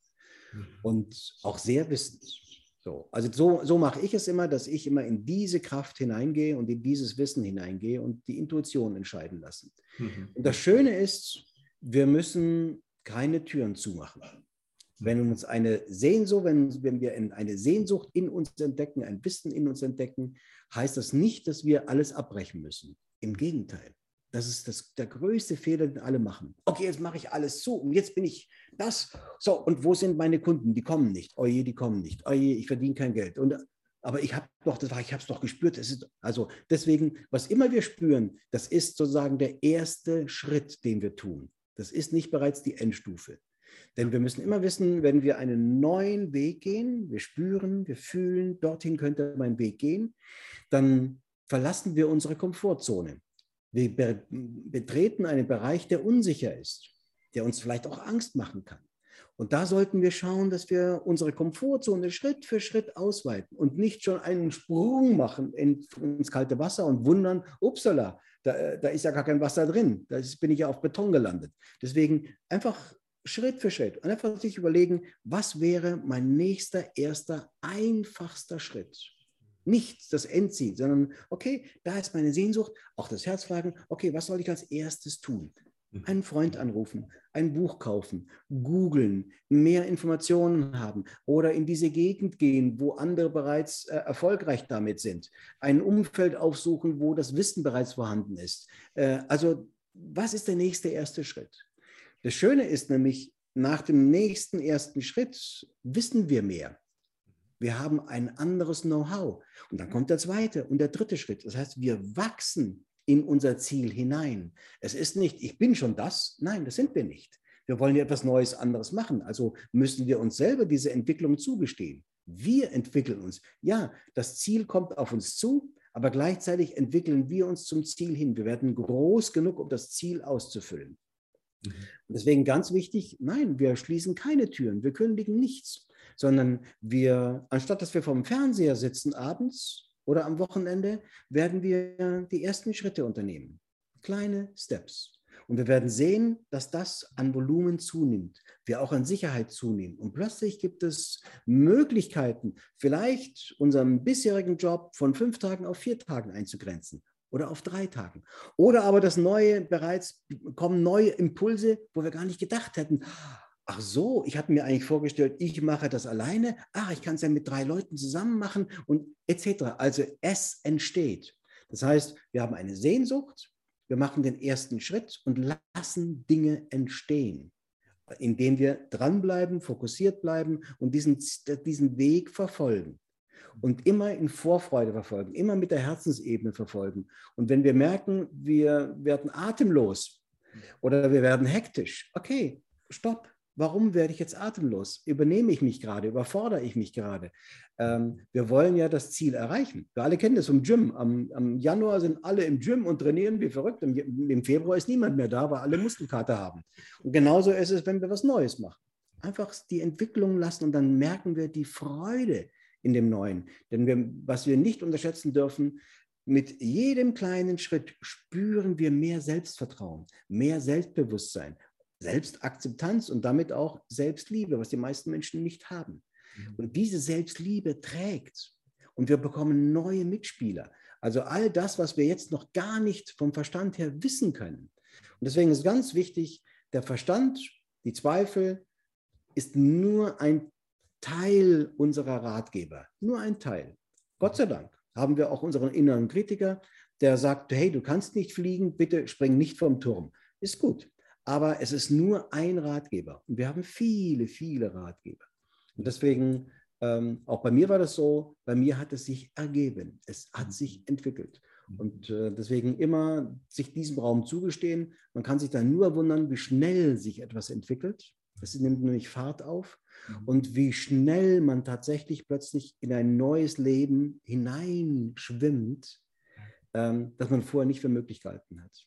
und auch sehr wissend. So, also so, so mache ich es immer, dass ich immer in diese Kraft hineingehe und in dieses Wissen hineingehe und die Intuition entscheiden lassen. Mhm. Und das Schöne ist, wir müssen keine Türen zumachen. Wenn uns eine Sehnsucht, wenn, wenn wir eine Sehnsucht in uns entdecken, ein Wissen in uns entdecken, heißt das nicht, dass wir alles abbrechen müssen. Im Gegenteil. Das ist das, der größte Fehler, den alle machen. Okay, jetzt mache ich alles zu und jetzt bin ich das. So, und wo sind meine Kunden? Die kommen nicht. Oh je, die kommen nicht. Oh je, ich verdiene kein Geld. Und, aber ich habe doch, das war, ich habe es doch gespürt. Das ist, also deswegen, was immer wir spüren, das ist sozusagen der erste Schritt, den wir tun. Das ist nicht bereits die Endstufe. Denn wir müssen immer wissen, wenn wir einen neuen Weg gehen, wir spüren, wir fühlen, dorthin könnte mein Weg gehen, dann verlassen wir unsere Komfortzone. Wir betreten einen Bereich, der unsicher ist, der uns vielleicht auch Angst machen kann. Und da sollten wir schauen, dass wir unsere Komfortzone Schritt für Schritt ausweiten und nicht schon einen Sprung machen in, ins kalte Wasser und wundern, upsala, da, da ist ja gar kein Wasser drin, da bin ich ja auf Beton gelandet. Deswegen einfach Schritt für Schritt und einfach sich überlegen, was wäre mein nächster, erster, einfachster Schritt. Nicht das Endziel, sondern okay, da ist meine Sehnsucht, auch das Herz fragen, okay, was soll ich als erstes tun? Einen Freund anrufen, ein Buch kaufen, googeln, mehr Informationen haben oder in diese Gegend gehen, wo andere bereits äh, erfolgreich damit sind. Ein Umfeld aufsuchen, wo das Wissen bereits vorhanden ist. Äh, also was ist der nächste erste Schritt? Das Schöne ist nämlich, nach dem nächsten ersten Schritt wissen wir mehr. Wir haben ein anderes Know-how. Und dann kommt der zweite und der dritte Schritt. Das heißt, wir wachsen in unser Ziel hinein. Es ist nicht, ich bin schon das. Nein, das sind wir nicht. Wir wollen ja etwas Neues, anderes machen. Also müssen wir uns selber diese Entwicklung zugestehen. Wir entwickeln uns. Ja, das Ziel kommt auf uns zu, aber gleichzeitig entwickeln wir uns zum Ziel hin. Wir werden groß genug, um das Ziel auszufüllen. Mhm. Und deswegen ganz wichtig, nein, wir schließen keine Türen, wir kündigen nichts, sondern wir, anstatt dass wir vorm Fernseher sitzen abends oder am Wochenende, werden wir die ersten Schritte unternehmen. Kleine Steps. Und wir werden sehen, dass das an Volumen zunimmt, wir auch an Sicherheit zunehmen. Und plötzlich gibt es Möglichkeiten, vielleicht unseren bisherigen Job von fünf Tagen auf vier Tagen einzugrenzen. Oder auf drei Tagen. Oder aber das Neue, bereits kommen neue Impulse, wo wir gar nicht gedacht hätten, ach so, ich hatte mir eigentlich vorgestellt, ich mache das alleine, ach, ich kann es ja mit drei Leuten zusammen machen und et cetera. Also es entsteht. Das heißt, wir haben eine Sehnsucht, wir machen den ersten Schritt und lassen Dinge entstehen, indem wir dranbleiben, fokussiert bleiben und diesen, diesen Weg verfolgen. Und immer in Vorfreude verfolgen, immer mit der Herzensebene verfolgen. Und wenn wir merken, wir werden atemlos oder wir werden hektisch, okay, stopp. Warum werde ich jetzt atemlos? Übernehme ich mich gerade? Überfordere ich mich gerade? Ähm, wir wollen ja das Ziel erreichen. Wir alle kennen das im Gym. Am, am Januar sind alle im Gym und trainieren wie verrückt. Im, Im Februar ist niemand mehr da, weil alle Muskelkater haben. Und genauso ist es, wenn wir was Neues machen. Einfach die Entwicklung lassen und dann merken wir die Freude in dem Neuen. Denn wir, was wir nicht unterschätzen dürfen, mit jedem kleinen Schritt spüren wir mehr Selbstvertrauen, mehr Selbstbewusstsein, Selbstakzeptanz und damit auch Selbstliebe, was die meisten Menschen nicht haben. Mhm. Und diese Selbstliebe trägt und wir bekommen neue Mitspieler. Also all das, was wir jetzt noch gar nicht vom Verstand her wissen können. Und deswegen ist ganz wichtig, der Verstand, die Zweifel, ist nur ein Teil unserer Ratgeber, nur ein Teil. Gott sei Dank. haben wir auch unseren inneren Kritiker, der sagt, hey, du kannst nicht fliegen, bitte spring nicht vom Turm. Ist gut, aber es ist nur ein Ratgeber und wir haben viele, viele Ratgeber. Und deswegen, ähm, auch bei mir war das so, bei mir hat es sich ergeben, es hat sich entwickelt. Und äh, deswegen immer sich diesem Raum zugestehen. Man kann sich dann nur wundern, wie schnell sich etwas entwickelt. Es nimmt nämlich Fahrt auf. Und wie schnell man tatsächlich plötzlich in ein neues Leben hineinschwimmt, ähm, das man vorher nicht für möglich gehalten hat.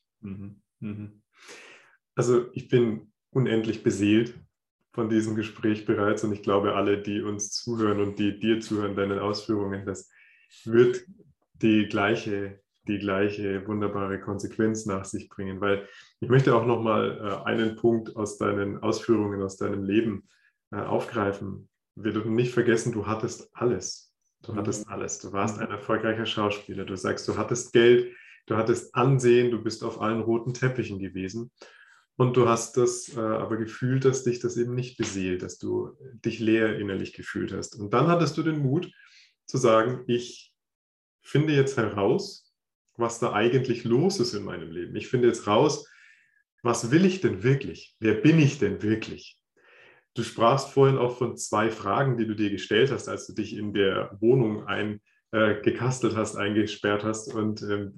Also ich bin unendlich beseelt von diesem Gespräch bereits und ich glaube, alle, die uns zuhören und die dir zuhören, deinen Ausführungen, das wird die gleiche die gleiche wunderbare Konsequenz nach sich bringen, weil ich möchte auch nochmal äh, einen Punkt aus deinen Ausführungen, aus deinem Leben äh, aufgreifen. Wir dürfen nicht vergessen, du hattest alles. Du hattest alles. Du warst ein erfolgreicher Schauspieler. Du sagst, du hattest Geld, du hattest Ansehen, du bist auf allen roten Teppichen gewesen und du hast das äh, aber gefühlt, dass dich das eben nicht beseelt, dass du dich leer innerlich gefühlt hast. Und dann hattest du den Mut zu sagen, ich finde jetzt heraus, was da eigentlich los ist in meinem Leben. Ich finde jetzt raus, was will ich denn wirklich? Wer bin ich denn wirklich? Du sprachst vorhin auch von zwei Fragen, die du dir gestellt hast, als du dich in der Wohnung eingekastelt äh, hast, eingesperrt hast und ähm,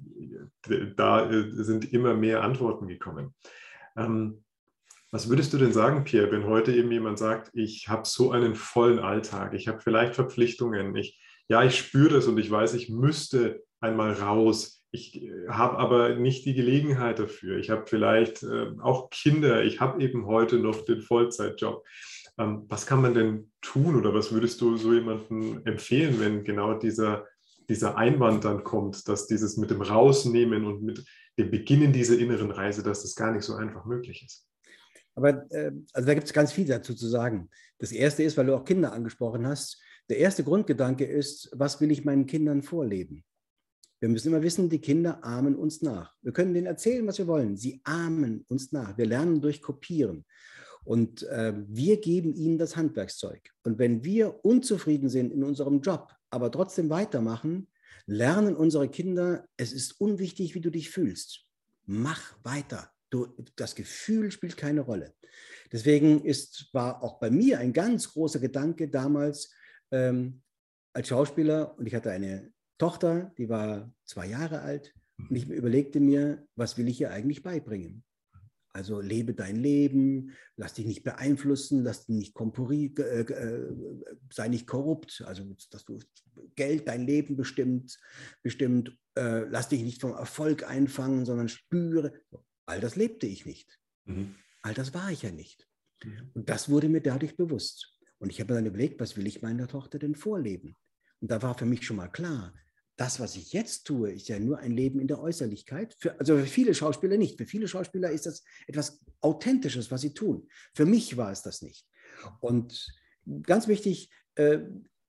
da äh, sind immer mehr Antworten gekommen. Ähm, was würdest du denn sagen, Pierre, wenn heute eben jemand sagt, ich habe so einen vollen Alltag, ich habe vielleicht Verpflichtungen, ich, ja, ich spüre das und ich weiß, ich müsste einmal raus. Ich habe aber nicht die Gelegenheit dafür. Ich habe vielleicht äh, auch Kinder. Ich habe eben heute noch den Vollzeitjob. Ähm, was kann man denn tun oder was würdest du so jemandem empfehlen, wenn genau dieser, dieser Einwand dann kommt, dass dieses mit dem Rausnehmen und mit dem Beginnen dieser inneren Reise, dass das gar nicht so einfach möglich ist? Aber äh, also da gibt es ganz viel dazu zu sagen. Das Erste ist, weil du auch Kinder angesprochen hast, der erste Grundgedanke ist, was will ich meinen Kindern vorleben? Wir müssen immer wissen, die Kinder ahmen uns nach. Wir können denen erzählen, was wir wollen. Sie ahmen uns nach. Wir lernen durch Kopieren. Und äh, wir geben ihnen das Handwerkszeug. Und wenn wir unzufrieden sind in unserem Job, aber trotzdem weitermachen, lernen unsere Kinder, es ist unwichtig, wie du dich fühlst. Mach weiter. Du, das Gefühl spielt keine Rolle. Deswegen ist, war auch bei mir ein ganz großer Gedanke damals ähm, als Schauspieler, und ich hatte eine Tochter, die war zwei Jahre alt, und ich überlegte mir, was will ich ihr eigentlich beibringen? Also lebe dein Leben, lass dich nicht beeinflussen, lass dich nicht kompuri- äh, äh, sei nicht korrupt, also dass du Geld dein Leben bestimmt, bestimmt äh, lass dich nicht vom Erfolg einfangen, sondern spüre. All das lebte ich nicht. Mhm. All das war ich ja nicht. Mhm. Und das wurde mir dadurch bewusst. Und ich habe dann überlegt, was will ich meiner Tochter denn vorleben? Und da war für mich schon mal klar, das, was ich jetzt tue, ist ja nur ein Leben in der Äußerlichkeit. Für, also für viele Schauspieler nicht. Für viele Schauspieler ist das etwas Authentisches, was sie tun. Für mich war es das nicht. Und ganz wichtig, äh,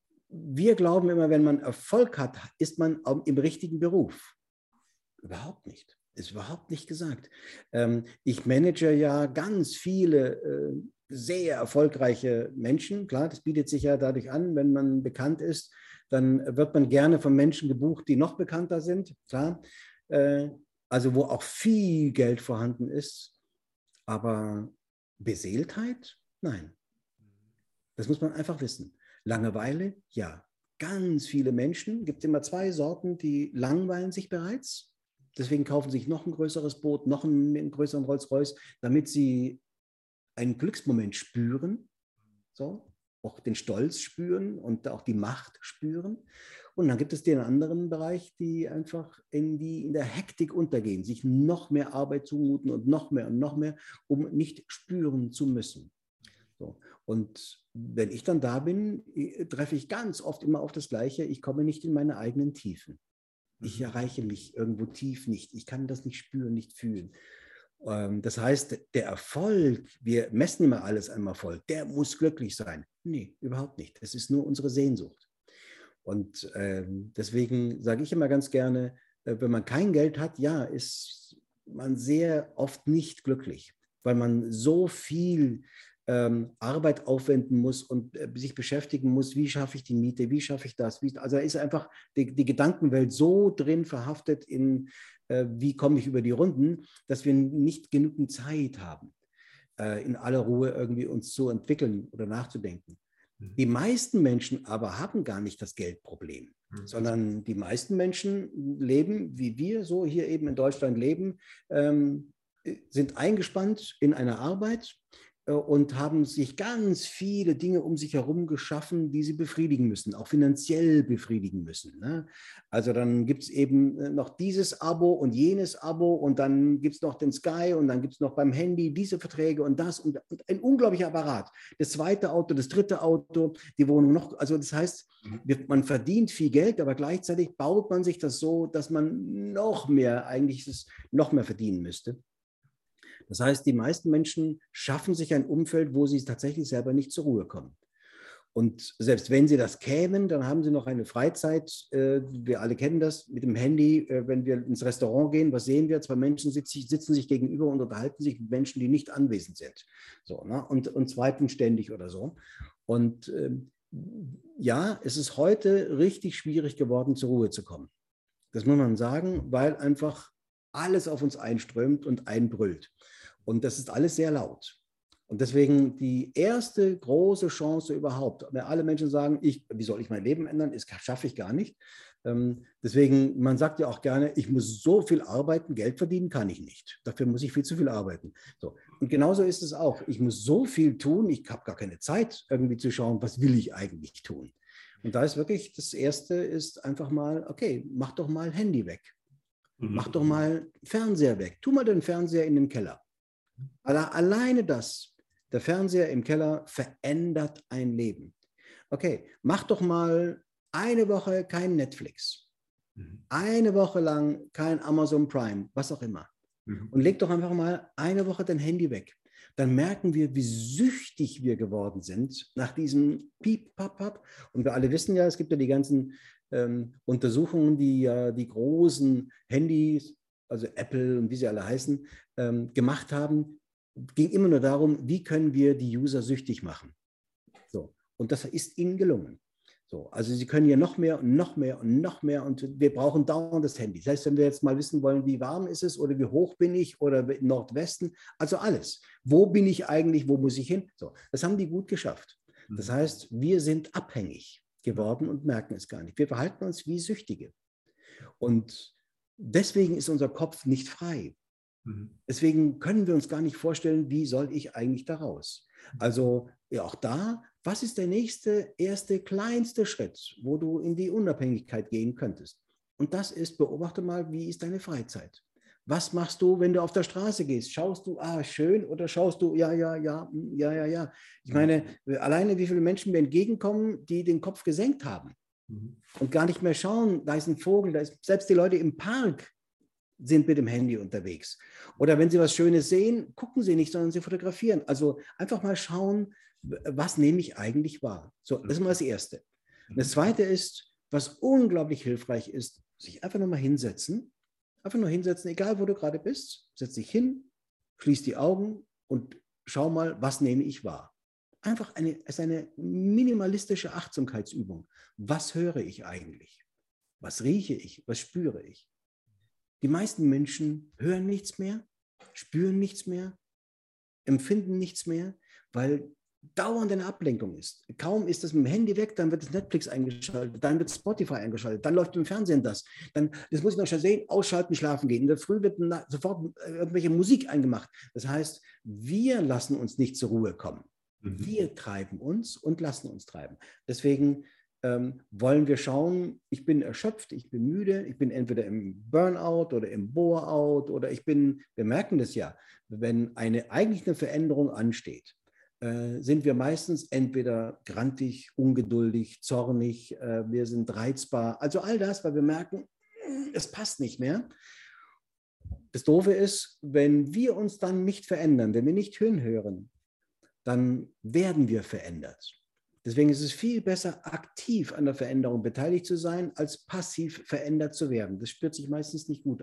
wir glauben immer, wenn man Erfolg hat, ist man im richtigen Beruf. Überhaupt nicht. Ist überhaupt nicht gesagt. Ähm, ich manage ja ganz viele äh, sehr erfolgreiche Menschen. Klar, das bietet sich ja dadurch an, wenn man bekannt ist, dann wird man gerne von Menschen gebucht, die noch bekannter sind. Klar, äh, also wo auch viel Geld vorhanden ist. Aber Beseeltheit? Nein. Das muss man einfach wissen. Langeweile? Ja. Ganz viele Menschen, gibt es immer zwei Sorten, die langweilen sich bereits. Deswegen kaufen sie sich noch ein größeres Boot, noch einen, einen größeren Rolls-Royce, damit sie einen Glücksmoment spüren, so, auch den Stolz spüren und auch die Macht spüren. Und dann gibt es den anderen Bereich, die einfach in, die, in der Hektik untergehen, sich noch mehr Arbeit zumuten und noch mehr und noch mehr, um nicht spüren zu müssen. So. Und wenn ich dann da bin, treffe ich ganz oft immer auf das Gleiche, ich komme nicht in meine eigenen Tiefen. Ich erreiche mich irgendwo tief nicht. Ich kann das nicht spüren, nicht fühlen. Das heißt, der Erfolg, wir messen immer alles am Erfolg, der muss glücklich sein. Nee, überhaupt nicht. Das ist nur unsere Sehnsucht. Und deswegen sage ich immer ganz gerne, wenn man kein Geld hat, ja, ist man sehr oft nicht glücklich, weil man so viel ähm, Arbeit aufwenden muss und äh, sich beschäftigen muss, wie schaffe ich die Miete, wie schaffe ich das. Wie, also da ist einfach die, die Gedankenwelt so drin verhaftet in, äh, wie komme ich über die Runden, dass wir nicht genügend Zeit haben, äh, in aller Ruhe irgendwie uns zu entwickeln oder nachzudenken. Die meisten Menschen aber haben gar nicht das Geldproblem, sondern die meisten Menschen leben, wie wir so hier eben in Deutschland leben, ähm, sind eingespannt in einer Arbeit äh, und haben sich ganz viele Dinge um sich herum geschaffen, die sie befriedigen müssen, auch finanziell befriedigen müssen. Ne? Also dann gibt es eben noch dieses Abo und jenes Abo und dann gibt es noch den Sky und dann gibt es noch beim Handy diese Verträge und das und, und ein unglaublicher Apparat. Das zweite Auto, das dritte Auto, die Wohnung noch. Also das heißt, man verdient viel Geld, aber gleichzeitig baut man sich das so, dass man noch mehr, eigentlich es noch mehr verdienen müsste. Das heißt, die meisten Menschen schaffen sich ein Umfeld, wo sie tatsächlich selber nicht zur Ruhe kommen. Und selbst wenn sie das kämen, dann haben sie noch eine Freizeit. Äh, wir alle kennen das mit dem Handy. Äh, wenn wir ins Restaurant gehen, was sehen wir? Zwei Menschen sitzen, sitzen sich gegenüber und unterhalten sich mit Menschen, die nicht anwesend sind. So, ne? und, und zweiten ständig oder so. Und äh, ja, es ist heute richtig schwierig geworden, zur Ruhe zu kommen. Das muss man sagen, weil einfach alles auf uns einströmt und einbrüllt. Und das ist alles sehr laut. Und deswegen die erste große Chance überhaupt, wenn alle Menschen sagen, ich, wie soll ich mein Leben ändern, das schaffe ich gar nicht. Ähm, deswegen, man sagt ja auch gerne, ich muss so viel arbeiten, Geld verdienen kann ich nicht. Dafür muss ich viel zu viel arbeiten. So. Und genauso ist es auch. Ich muss so viel tun, ich habe gar keine Zeit, irgendwie zu schauen, was will ich eigentlich tun. Und da ist wirklich, das Erste ist einfach mal, okay, mach doch mal Handy weg. Mhm. Mach doch mal Fernseher weg. Tu mal den Fernseher in den Keller. Alleine das, der Fernseher im Keller verändert ein Leben. Okay, mach doch mal eine Woche kein Netflix. Mhm. Eine Woche lang kein Amazon Prime, was auch immer. Mhm. Und leg doch einfach mal eine Woche dein Handy weg. Dann merken wir, wie süchtig wir geworden sind nach diesem Piep, Pap, Pap. Und wir alle wissen ja, es gibt ja die ganzen ähm, Untersuchungen, die ja die großen Handys, also Apple und wie sie alle heißen, ähm, gemacht haben, ging immer nur darum, wie können wir die User süchtig machen. So. Und das ist ihnen gelungen. So. Also sie können ja noch mehr und noch mehr und noch mehr und wir brauchen dauernd das Handy. Das heißt, wenn wir jetzt mal wissen wollen, wie warm ist es oder wie hoch bin ich oder im Nordwesten, also alles. Wo bin ich eigentlich, wo muss ich hin? So. Das haben die gut geschafft. Das heißt, wir sind abhängig geworden und merken es gar nicht. Wir verhalten uns wie Süchtige. Und deswegen ist unser Kopf nicht frei. Deswegen können wir uns gar nicht vorstellen, wie soll ich eigentlich da raus? Also ja, auch da, was ist der nächste, erste, kleinste Schritt, wo du in die Unabhängigkeit gehen könntest? Und das ist, beobachte mal, wie ist deine Freizeit? Was machst du, wenn du auf der Straße gehst? Schaust du, ah, schön, oder schaust du, ja, ja, ja, ja, ja, ja. Ich meine, alleine wie viele Menschen mir entgegenkommen, die den Kopf gesenkt haben und gar nicht mehr schauen, da ist ein Vogel, da ist selbst die Leute im Park sind mit dem Handy unterwegs. Oder wenn Sie was Schönes sehen, gucken Sie nicht, sondern Sie fotografieren. Also einfach mal schauen, was nehme ich eigentlich wahr. So, das ist mal das Erste. Und das Zweite ist, was unglaublich hilfreich ist, sich einfach nur mal hinsetzen. Einfach nur hinsetzen, egal wo du gerade bist. Setz dich hin, schließ die Augen und schau mal, was nehme ich wahr. Einfach eine, es ist eine minimalistische Achtsamkeitsübung. Was höre ich eigentlich? Was rieche ich? Was spüre ich? Die meisten Menschen hören nichts mehr, spüren nichts mehr, empfinden nichts mehr, weil dauernd eine Ablenkung ist. Kaum ist das mit dem Handy weg, dann wird das Netflix eingeschaltet, dann wird Spotify eingeschaltet, dann läuft im Fernsehen das. Dann, das muss ich noch schnell sehen, ausschalten, schlafen gehen. In der Früh wird sofort irgendwelche Musik eingemacht. Das heißt, wir lassen uns nicht zur Ruhe kommen. Mhm. Wir treiben uns und lassen uns treiben. Deswegen Ähm, wollen wir schauen, ich bin erschöpft, ich bin müde, ich bin entweder im Burnout oder im Bore-out oder ich bin, wir merken das ja, wenn eine eigentlich eine Veränderung ansteht, äh, sind wir meistens entweder grantig, ungeduldig, zornig, äh, wir sind reizbar, also all das, weil wir merken, es passt nicht mehr. Das Doofe ist, wenn wir uns dann nicht verändern, wenn wir nicht hinhören, dann werden wir verändert. Deswegen ist es viel besser, aktiv an der Veränderung beteiligt zu sein, als passiv verändert zu werden. Das spürt sich meistens nicht gut an.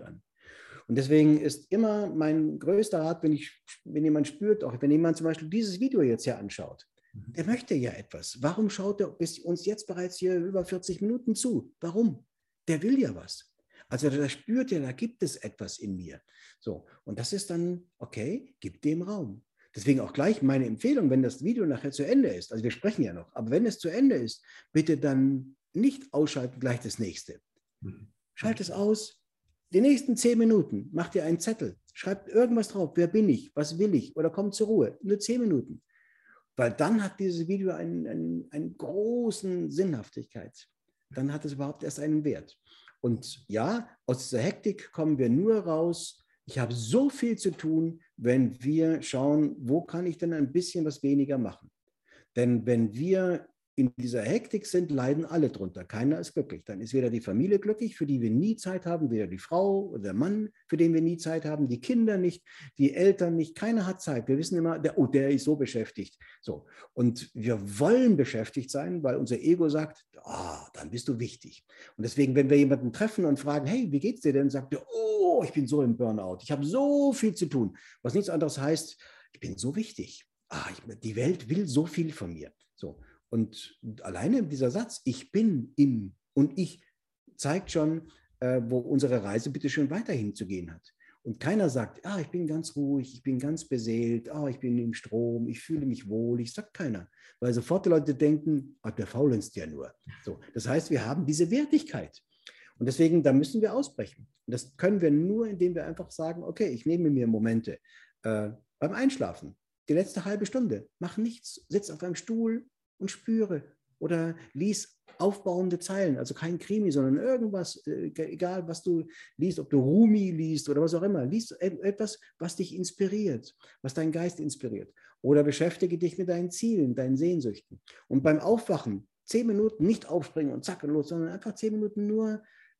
Und deswegen ist immer mein größter Rat, wenn, ich, wenn jemand spürt, auch wenn jemand zum Beispiel dieses Video jetzt hier anschaut, der möchte ja etwas. Warum schaut er bis uns jetzt bereits hier über vierzig Minuten zu? Warum? Der will ja was. Also der spürt ja, da gibt es etwas in mir. So, und das ist dann, okay, gib dem Raum. Deswegen auch gleich meine Empfehlung, wenn das Video nachher zu Ende ist, also wir sprechen ja noch, aber wenn es zu Ende ist, bitte dann nicht ausschalten, gleich das nächste. Schalt es aus. Die nächsten zehn Minuten macht ihr einen Zettel, schreibt irgendwas drauf, wer bin ich, was will ich oder kommt zur Ruhe. Nur zehn Minuten. Weil dann hat dieses Video einen, einen, einen großen Sinnhaftigkeit. Dann hat es überhaupt erst einen Wert. Und ja, aus dieser Hektik kommen wir nur raus. Ich habe so viel zu tun, wenn wir schauen, wo kann ich denn ein bisschen was weniger machen. Denn wenn wir in dieser Hektik sind, leiden alle drunter. Keiner ist glücklich. Dann ist weder die Familie glücklich, für die wir nie Zeit haben, weder die Frau oder der Mann, für den wir nie Zeit haben, die Kinder nicht, die Eltern nicht. Keiner hat Zeit. Wir wissen immer, der, oh, der ist so beschäftigt. So. Und wir wollen beschäftigt sein, weil unser Ego sagt, ah, dann bist du wichtig. Und deswegen, wenn wir jemanden treffen und fragen, hey, wie geht's dir denn? Sagt er, oh, ich bin so im Burnout. Ich habe so viel zu tun. Was nichts anderes heißt, ich bin so wichtig. Ah, ich, die Welt will so viel von mir. So. Und alleine dieser Satz, ich bin im und ich, zeigt schon, äh, wo unsere Reise bitte schön weiterhin zu gehen hat. Und keiner sagt, ah, ich bin ganz ruhig, ich bin ganz beseelt, ah, ich bin im Strom, ich fühle mich wohl. Ich sagt keiner, weil sofort die Leute denken, ah, der faulenzt ja nur. So, das heißt, wir haben diese Wertigkeit. Und deswegen, da müssen wir ausbrechen. Und das können wir nur, indem wir einfach sagen, okay, ich nehme mir Momente äh, beim Einschlafen, die letzte halbe Stunde, mach nichts, sitz auf einem Stuhl und spüre oder lies aufbauende Zeilen, also kein Krimi, sondern irgendwas, äh, egal was du liest, ob du Rumi liest oder was auch immer, lies etwas, was dich inspiriert, was deinen Geist inspiriert oder beschäftige dich mit deinen Zielen, deinen Sehnsüchten und beim Aufwachen zehn Minuten nicht aufspringen und zack los, sondern einfach zehn Minuten nur,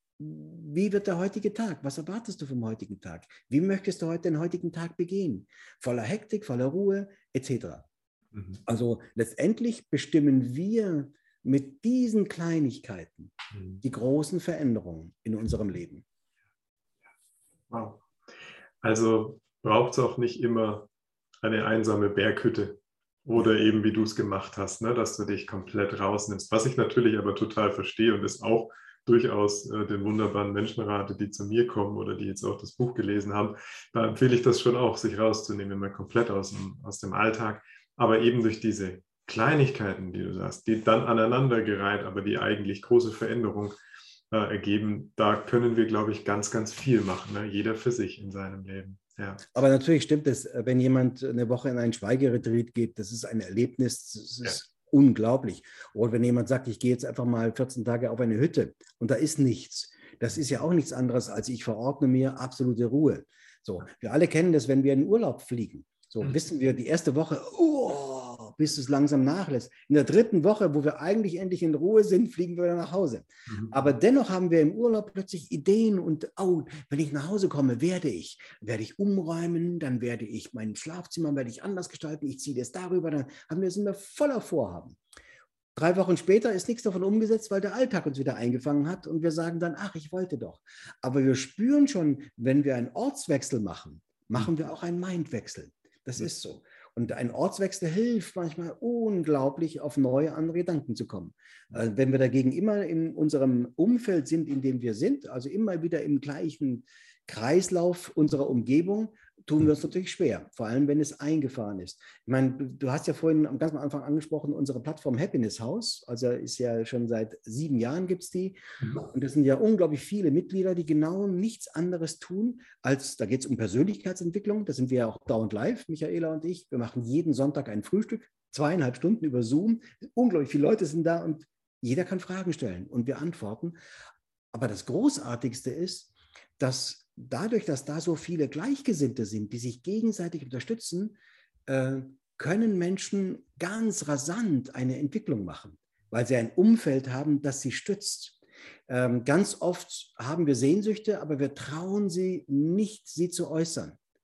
wie wird der heutige Tag, was erwartest du vom heutigen Tag, wie möchtest du heute den heutigen Tag begehen, voller Hektik, voller Ruhe et cetera. Also letztendlich bestimmen wir mit diesen Kleinigkeiten die großen Veränderungen in unserem Leben. Wow. Also braucht es auch nicht immer eine einsame Berghütte oder eben wie du es gemacht hast, ne, dass du dich komplett rausnimmst. Was ich natürlich aber total verstehe und es auch durchaus äh, den wunderbaren Menschen rate, die zu mir kommen oder die jetzt auch das Buch gelesen haben, da empfehle ich das schon auch, sich rauszunehmen, immer komplett aus dem, aus dem Alltag. Aber eben durch diese Kleinigkeiten, die du sagst, die dann aneinandergereiht, aber die eigentlich große Veränderung äh, ergeben, da können wir, glaube ich, ganz, ganz viel machen, ne? Jeder für sich in seinem Leben. Ja. Aber natürlich stimmt es, wenn jemand eine Woche in ein Schweigeretreat geht, das ist ein Erlebnis, das ist ja unglaublich. Oder wenn jemand sagt, ich gehe jetzt einfach mal vierzehn Tage auf eine Hütte und da ist nichts, das ist ja auch nichts anderes, als ich verordne mir absolute Ruhe. So, wir alle kennen das, wenn wir in Urlaub fliegen. So wissen wir, die erste Woche, oh, bis es langsam nachlässt. In der dritten Woche, wo wir eigentlich endlich in Ruhe sind, fliegen wir wieder nach Hause. Mhm. Aber dennoch haben wir im Urlaub plötzlich Ideen und, oh, wenn ich nach Hause komme, werde ich, werde ich umräumen, dann werde ich mein Schlafzimmer werde ich anders gestalten, ich ziehe das darüber, dann haben wir, sind wir voller Vorhaben. Drei Wochen später ist nichts davon umgesetzt, weil der Alltag uns wieder eingefangen hat und wir sagen dann, ach, ich wollte doch. Aber wir spüren schon, wenn wir einen Ortswechsel machen, machen wir auch einen Mindwechsel. Das ist so. Und ein Ortswechsel hilft manchmal unglaublich, auf neue, andere Gedanken zu kommen. Also wenn wir dagegen immer in unserem Umfeld sind, in dem wir sind, also immer wieder im gleichen Kreislauf unserer Umgebung, tun wir uns natürlich schwer, vor allem wenn es eingefahren ist. Ich meine, du, du hast ja vorhin ganz am Anfang angesprochen, unsere Plattform Happiness House, also ist ja schon seit sieben Jahren gibt es die und das sind ja unglaublich viele Mitglieder, die genau nichts anderes tun, als, da geht es um Persönlichkeitsentwicklung, da sind wir ja auch dauernd live, Michaela und ich, wir machen jeden Sonntag ein Frühstück, zweieinhalb Stunden über Zoom, unglaublich viele Leute sind da und jeder kann Fragen stellen und wir antworten, aber das Großartigste ist, dass dadurch, dass da so viele Gleichgesinnte sind, die sich gegenseitig unterstützen, äh, können Menschen ganz rasant eine Entwicklung machen, weil sie ein Umfeld haben, das sie stützt. Ähm, ganz oft haben wir Sehnsüchte, aber wir trauen sie nicht, sie zu äußern,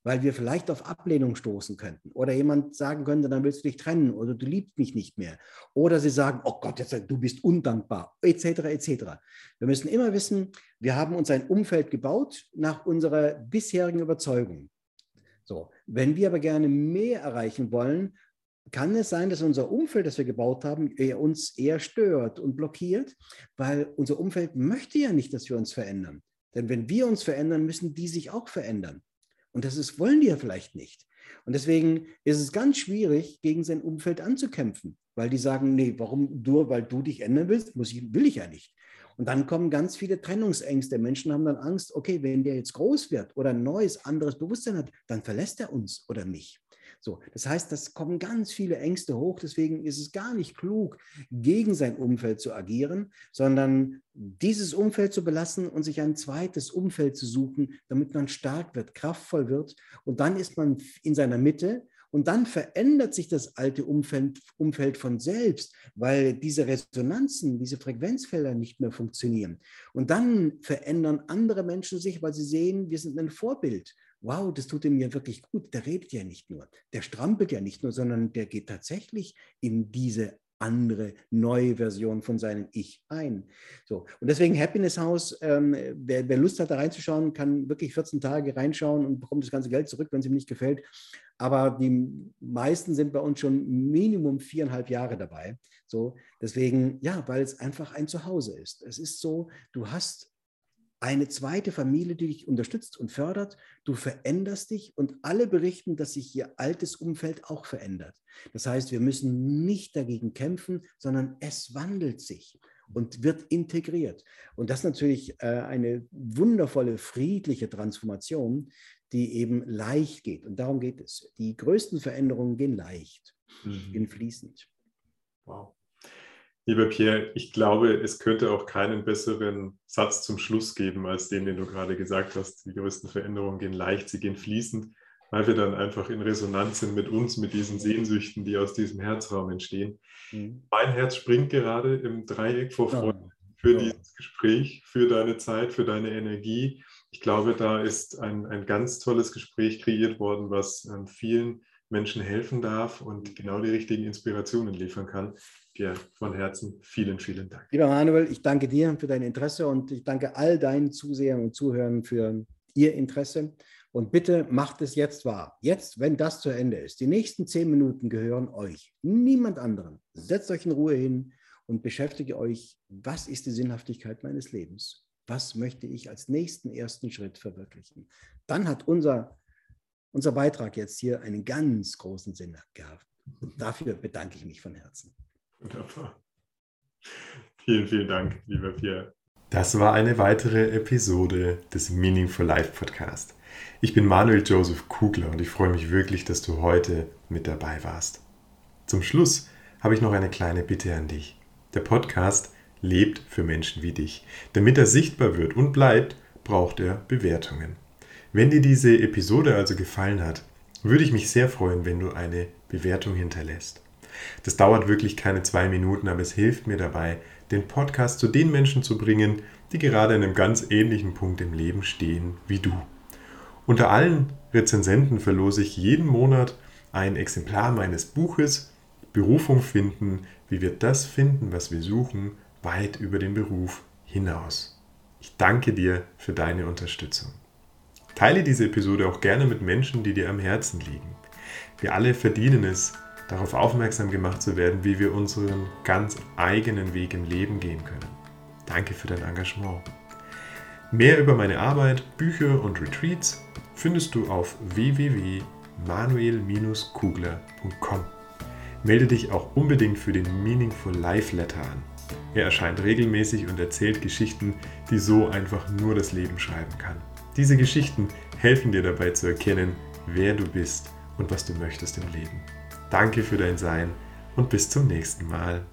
weil wir vielleicht auf Ablehnung stoßen könnten. Oder jemand sagen könnte, dann willst du dich trennen oder du liebst mich nicht mehr. Oder sie sagen, oh Gott, jetzt, du bist undankbar, et cetera et cetera. Wir müssen immer wissen, wir haben uns ein Umfeld gebaut nach unserer bisherigen Überzeugung. So, wenn wir aber gerne mehr erreichen wollen, kann es sein, dass unser Umfeld, das wir gebaut haben, uns eher stört und blockiert, weil unser Umfeld möchte ja nicht, dass wir uns verändern. Denn wenn wir uns verändern, müssen die sich auch verändern. Und das ist, wollen die ja vielleicht nicht. Und deswegen ist es ganz schwierig, gegen sein Umfeld anzukämpfen, weil die sagen, nee, warum nur, weil du dich ändern willst, muss ich, will ich ja nicht. Und dann kommen ganz viele Trennungsängste. Menschen haben dann Angst, okay, wenn der jetzt groß wird oder ein neues, anderes Bewusstsein hat, dann verlässt er uns oder mich. So, das heißt, das kommen ganz viele Ängste hoch. Deswegen ist es gar nicht klug, gegen sein Umfeld zu agieren, sondern dieses Umfeld zu belassen und sich ein zweites Umfeld zu suchen, damit man stark wird, kraftvoll wird. Und dann ist man in seiner Mitte. Und dann verändert sich das alte Umfeld, Umfeld von selbst, weil diese Resonanzen, diese Frequenzfelder nicht mehr funktionieren. Und dann verändern andere Menschen sich, weil sie sehen, wir sind ein Vorbild. Wow, das tut ihm ja wirklich gut. Der redet ja nicht nur, der strampelt ja nicht nur, sondern der geht tatsächlich in diese andere, neue Version von seinem Ich ein. So. Und deswegen Happiness House, ähm, wer, wer Lust hat, da reinzuschauen, kann wirklich vierzehn Tage reinschauen und bekommt das ganze Geld zurück, wenn es ihm nicht gefällt. Aber die meisten sind bei uns schon Minimum viereinhalb Jahre dabei. So. Deswegen, ja, weil es einfach ein Zuhause ist. Es ist so, du hast eine zweite Familie, die dich unterstützt und fördert. Du veränderst dich und alle berichten, dass sich ihr altes Umfeld auch verändert. Das heißt, wir müssen nicht dagegen kämpfen, sondern es wandelt sich und wird integriert. Und das ist natürlich äh, eine wundervolle, friedliche Transformation, die eben leicht geht. Und darum geht es. Die größten Veränderungen gehen leicht, mhm. gehen fließend. Wow. Lieber Pierre, ich glaube, es könnte auch keinen besseren Satz zum Schluss geben, als den, den du gerade gesagt hast. Die größten Veränderungen gehen leicht, sie gehen fließend, weil wir dann einfach in Resonanz sind mit uns, mit diesen Sehnsüchten, die aus diesem Herzraum entstehen. Mhm. Mein Herz springt gerade im Dreieck vor Freude für dieses Gespräch, für deine Zeit, für deine Energie. Ich glaube, da ist ein, ein ganz tolles Gespräch kreiert worden, was ähm, vielen Menschen helfen darf und genau die richtigen Inspirationen liefern kann. Pierre, von Herzen vielen, vielen Dank. Lieber Manuel, ich danke dir für dein Interesse und ich danke all deinen Zusehern und Zuhörern für ihr Interesse. Und bitte macht es jetzt wahr. Jetzt, wenn das zu Ende ist. Die nächsten zehn Minuten gehören euch, niemand anderen. Setzt euch in Ruhe hin und beschäftigt euch, was ist die Sinnhaftigkeit meines Lebens? Was möchte ich als nächsten ersten Schritt verwirklichen? Dann hat unser, unser Beitrag jetzt hier einen ganz großen Sinn gehabt. Und dafür bedanke ich mich von Herzen. Wunderbar. Vielen, vielen Dank, lieber Pierre. Das war eine weitere Episode des Meaningful Life Podcast. Ich bin Manuel Joseph Kugler und ich freue mich wirklich, dass du heute mit dabei warst. Zum Schluss habe ich noch eine kleine Bitte an dich. Der Podcast lebt für Menschen wie dich. Damit er sichtbar wird und bleibt, braucht er Bewertungen. Wenn dir diese Episode also gefallen hat, würde ich mich sehr freuen, wenn du eine Bewertung hinterlässt. Das dauert wirklich keine zwei Minuten, aber es hilft mir dabei, den Podcast zu den Menschen zu bringen, die gerade an einem ganz ähnlichen Punkt im Leben stehen wie du. Unter allen Rezensenten verlose ich jeden Monat ein Exemplar meines Buches Berufung finden, wie wir das finden, was wir suchen, weit über den Beruf hinaus. Ich danke dir für deine Unterstützung. Teile diese Episode auch gerne mit Menschen, die dir am Herzen liegen. Wir alle verdienen es, darauf aufmerksam gemacht zu werden, wie wir unseren ganz eigenen Weg im Leben gehen können. Danke für dein Engagement. Mehr über meine Arbeit, Bücher und Retreats findest du auf w w w punkt manuel Bindestrich kugler punkt com. Melde dich auch unbedingt für den Meaningful Life Letter an. Er erscheint regelmäßig und erzählt Geschichten, die so einfach nur das Leben schreiben kann. Diese Geschichten helfen dir dabei zu erkennen, wer du bist und was du möchtest im Leben. Danke für dein Sein und bis zum nächsten Mal.